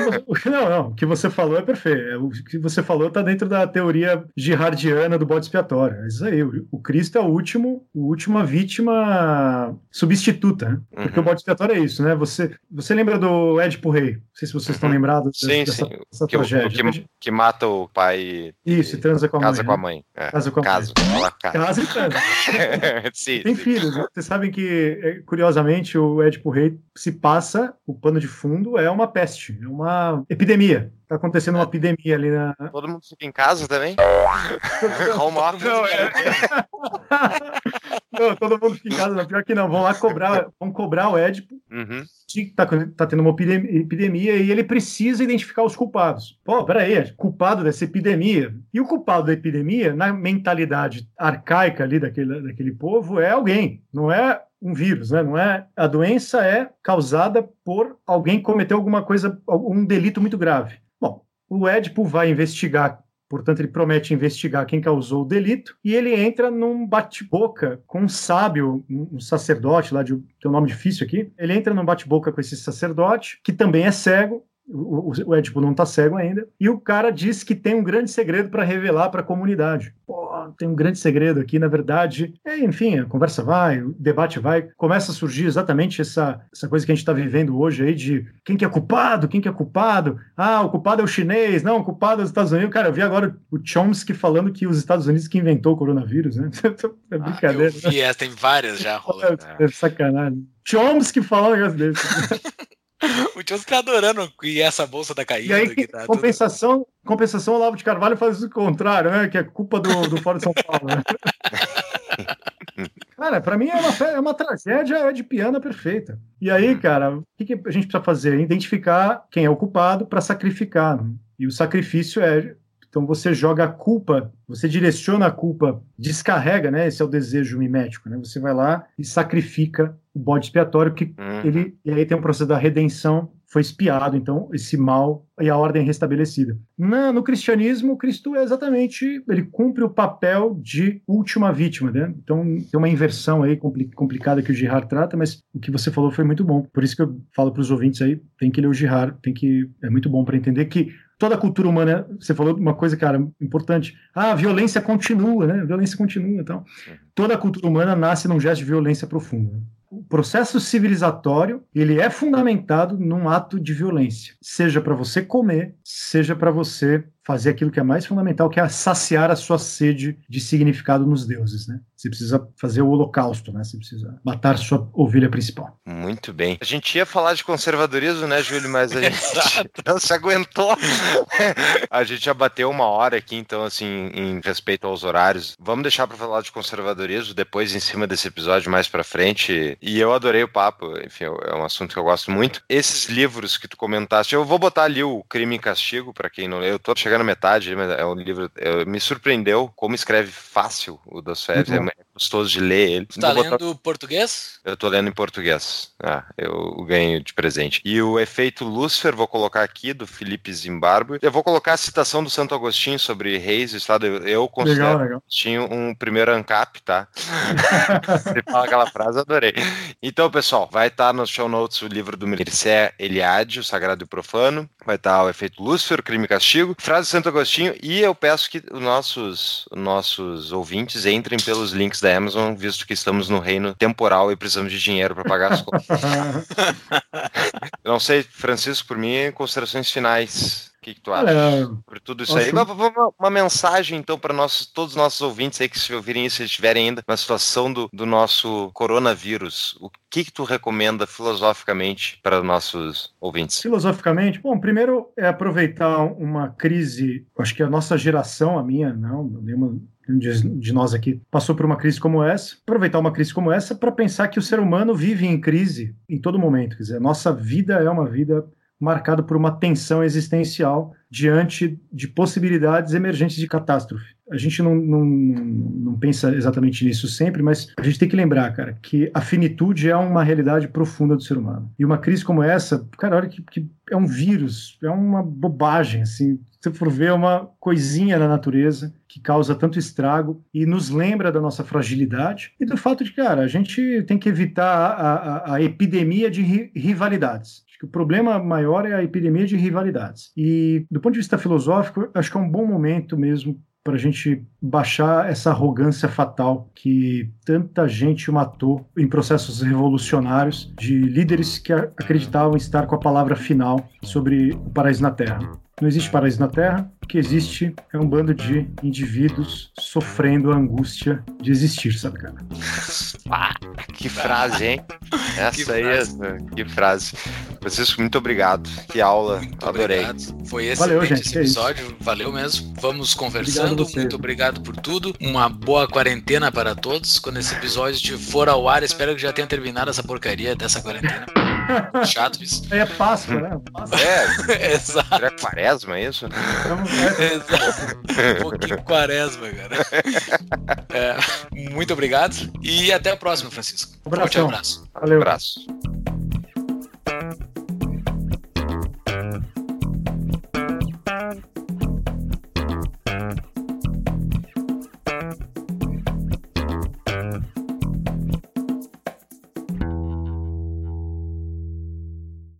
Não, o que você falou é perfeito. O que você falou tá dentro da teoria jihadiana do bode expiatório. É isso aí. O Cristo é a última vítima substituta, né? Porque o bode expiatório é isso, né? Você lembra do Édipo Rei? Não sei se vocês estão lembrados dessa tragédia. Que mata o pai e transa com a mãe. Casa com a mãe. É. Casa com a mãe. Casa e transa. Tem filhos. Né? Vocês sabem que, curiosamente, o Édipo Rei se passa, o pano de fundo é uma peste, é uma epidemia. Tá acontecendo uma epidemia ali na... Todo mundo fica em casa também? Home office. Não, todo mundo fica em casa, não. Pior que não, vão lá cobrar o Édipo, que tá tendo uma epidemia e ele precisa identificar os culpados. Pô, peraí, culpado dessa epidemia. E o culpado da epidemia, na mentalidade arcaica ali daquele povo, é alguém, não é um vírus, né? Não é, a doença é causada por alguém que cometeu alguma coisa, um delito muito grave. Bom, o Édipo vai investigar, portanto, ele promete investigar quem causou o delito, e ele entra num bate-boca com um sábio, um sacerdote lá, tem um nome difícil aqui, ele entra num bate-boca com esse sacerdote, que também é cego, o Édipo não está cego ainda, e o cara diz que tem um grande segredo para revelar para a comunidade. Pô, tem um grande segredo aqui, na verdade. Enfim, a conversa vai, o debate vai, começa a surgir exatamente essa coisa que a gente está vivendo hoje aí de quem que é culpado, quem que é culpado. Ah, o culpado é o chinês, não, o culpado é os Estados Unidos. Cara, eu vi agora o Chomsky falando que os Estados Unidos que inventou o coronavírus, né? É brincadeira. Eu vi, tem várias já rolando. É sacanagem. Chomsky falando um negócio desse. O Chomsky tá adorando que essa bolsa tá caindo. E aí, tá compensação, o Olavo de Carvalho faz o contrário, né? Que é culpa do Fora de São Paulo. Né? Cara, pra mim é uma tragédia edipiana perfeita. E aí, cara, o que a gente precisa fazer? Identificar quem é o culpado para sacrificar. Né? E o sacrifício é... Então você joga a culpa, você direciona a culpa, descarrega, né? Esse é o desejo mimético, né? Você vai lá e sacrifica o bode expiatório, que e aí tem um processo da redenção, foi expiado, então, esse mal e a ordem restabelecida. No cristianismo, Cristo é exatamente, ele cumpre o papel de última vítima, né? Então, tem uma inversão aí complicada que o Girard trata, mas o que você falou foi muito bom. Por isso que eu falo para os ouvintes aí, tem que ler o Girard, é muito bom para entender que toda a cultura humana, você falou uma coisa, cara, importante. Ah, a violência continua, né? A violência continua, então. Toda a cultura humana nasce num gesto de violência profunda. Né? O processo civilizatório, ele é fundamentado num ato de violência. Seja para você comer, seja para você fazer aquilo que é mais fundamental, que é saciar a sua sede de significado nos deuses, né? Você precisa fazer o holocausto, né? Você precisa matar sua ovelha principal. Muito bem. A gente ia falar de conservadorismo, né, Júlio? Mas a gente não se aguentou. A gente já bateu 1 hora aqui, então, assim, em respeito aos horários. Vamos deixar para falar de conservadorismo depois, em cima desse episódio, mais para frente. E eu adorei o papo. Enfim, é um assunto que eu gosto muito. Esses livros que tu comentaste, eu vou botar ali o Crime e Castigo, para quem não leu. Eu tô chegando na metade, mas é um livro... me surpreendeu como escreve fácil o Dostoiévski. É gostoso de ler ele. Você tá lendo português? Eu tô lendo em português. Eu ganho de presente. E o Efeito Lúcifer, vou colocar aqui, do Felipe Zimbarbo. Eu vou colocar a citação do Santo Agostinho sobre reis do Estado. Eu considero legal. Agostinho um primeiro ANCAP, tá? Você fala aquela frase, eu adorei. Então, pessoal, vai estar nos show notes o livro do Mircea Eliade, O Sagrado e o Profano. Vai estar o Efeito Lúcifer, o Crime e Castigo, frase do Santo Agostinho, e eu peço que os nossos ouvintes entrem pelos links da Amazon, visto que estamos no reino temporal e precisamos de dinheiro para pagar as contas. Eu não sei, Francisco, por mim, considerações finais. O que tu acha por tudo isso aí? Uma mensagem, então, para todos os nossos ouvintes aí que se ouvirem isso, se estiverem ainda na situação do nosso coronavírus. O que tu recomenda filosoficamente para os nossos ouvintes? Filosoficamente? Bom, primeiro é aproveitar uma crise, acho que a nossa geração, a minha, nenhum de nós aqui passou por uma crise como essa, aproveitar uma crise como essa para pensar que o ser humano vive em crise em todo momento. Quer dizer, a nossa vida é uma vida marcada por uma tensão existencial diante de possibilidades emergentes de catástrofe. A gente não pensa exatamente nisso sempre, mas a gente tem que lembrar, cara, que a finitude é uma realidade profunda do ser humano. E uma crise como essa, cara, olha que é um vírus, é uma bobagem, assim. Se for ver, é uma coisinha na natureza que causa tanto estrago e nos lembra da nossa fragilidade e do fato de, cara, a gente tem que evitar a epidemia de rivalidades. Acho que o problema maior é a epidemia de rivalidades. E, do ponto de vista filosófico, acho que é um bom momento mesmo para a gente baixar essa arrogância fatal que tanta gente matou em processos revolucionários de líderes que acreditavam estar com a palavra final sobre o paraíso na Terra. Não existe paraíso na Terra, o que existe é um bando de indivíduos sofrendo a angústia de existir, sabe, cara? Que frase, hein? Essa aí, que frase. Francisco, muito obrigado. Que aula, Muito adorei. obrigado. Foi Valeu, excelente gente, esse episódio. Valeu mesmo. Vamos conversando. Obrigado a você. Muito obrigado por tudo. Uma boa quarentena para todos. Quando esse episódio for ao ar, espero que já tenha terminado essa porcaria dessa quarentena. Chato isso. Aí é Páscoa, né? Páscoa. Exato. É quaresma, é isso? Exato. Um pouquinho quaresma, cara. Muito obrigado e até a próxima, Francisco. Abração. Forte abraço. Valeu. Abraço.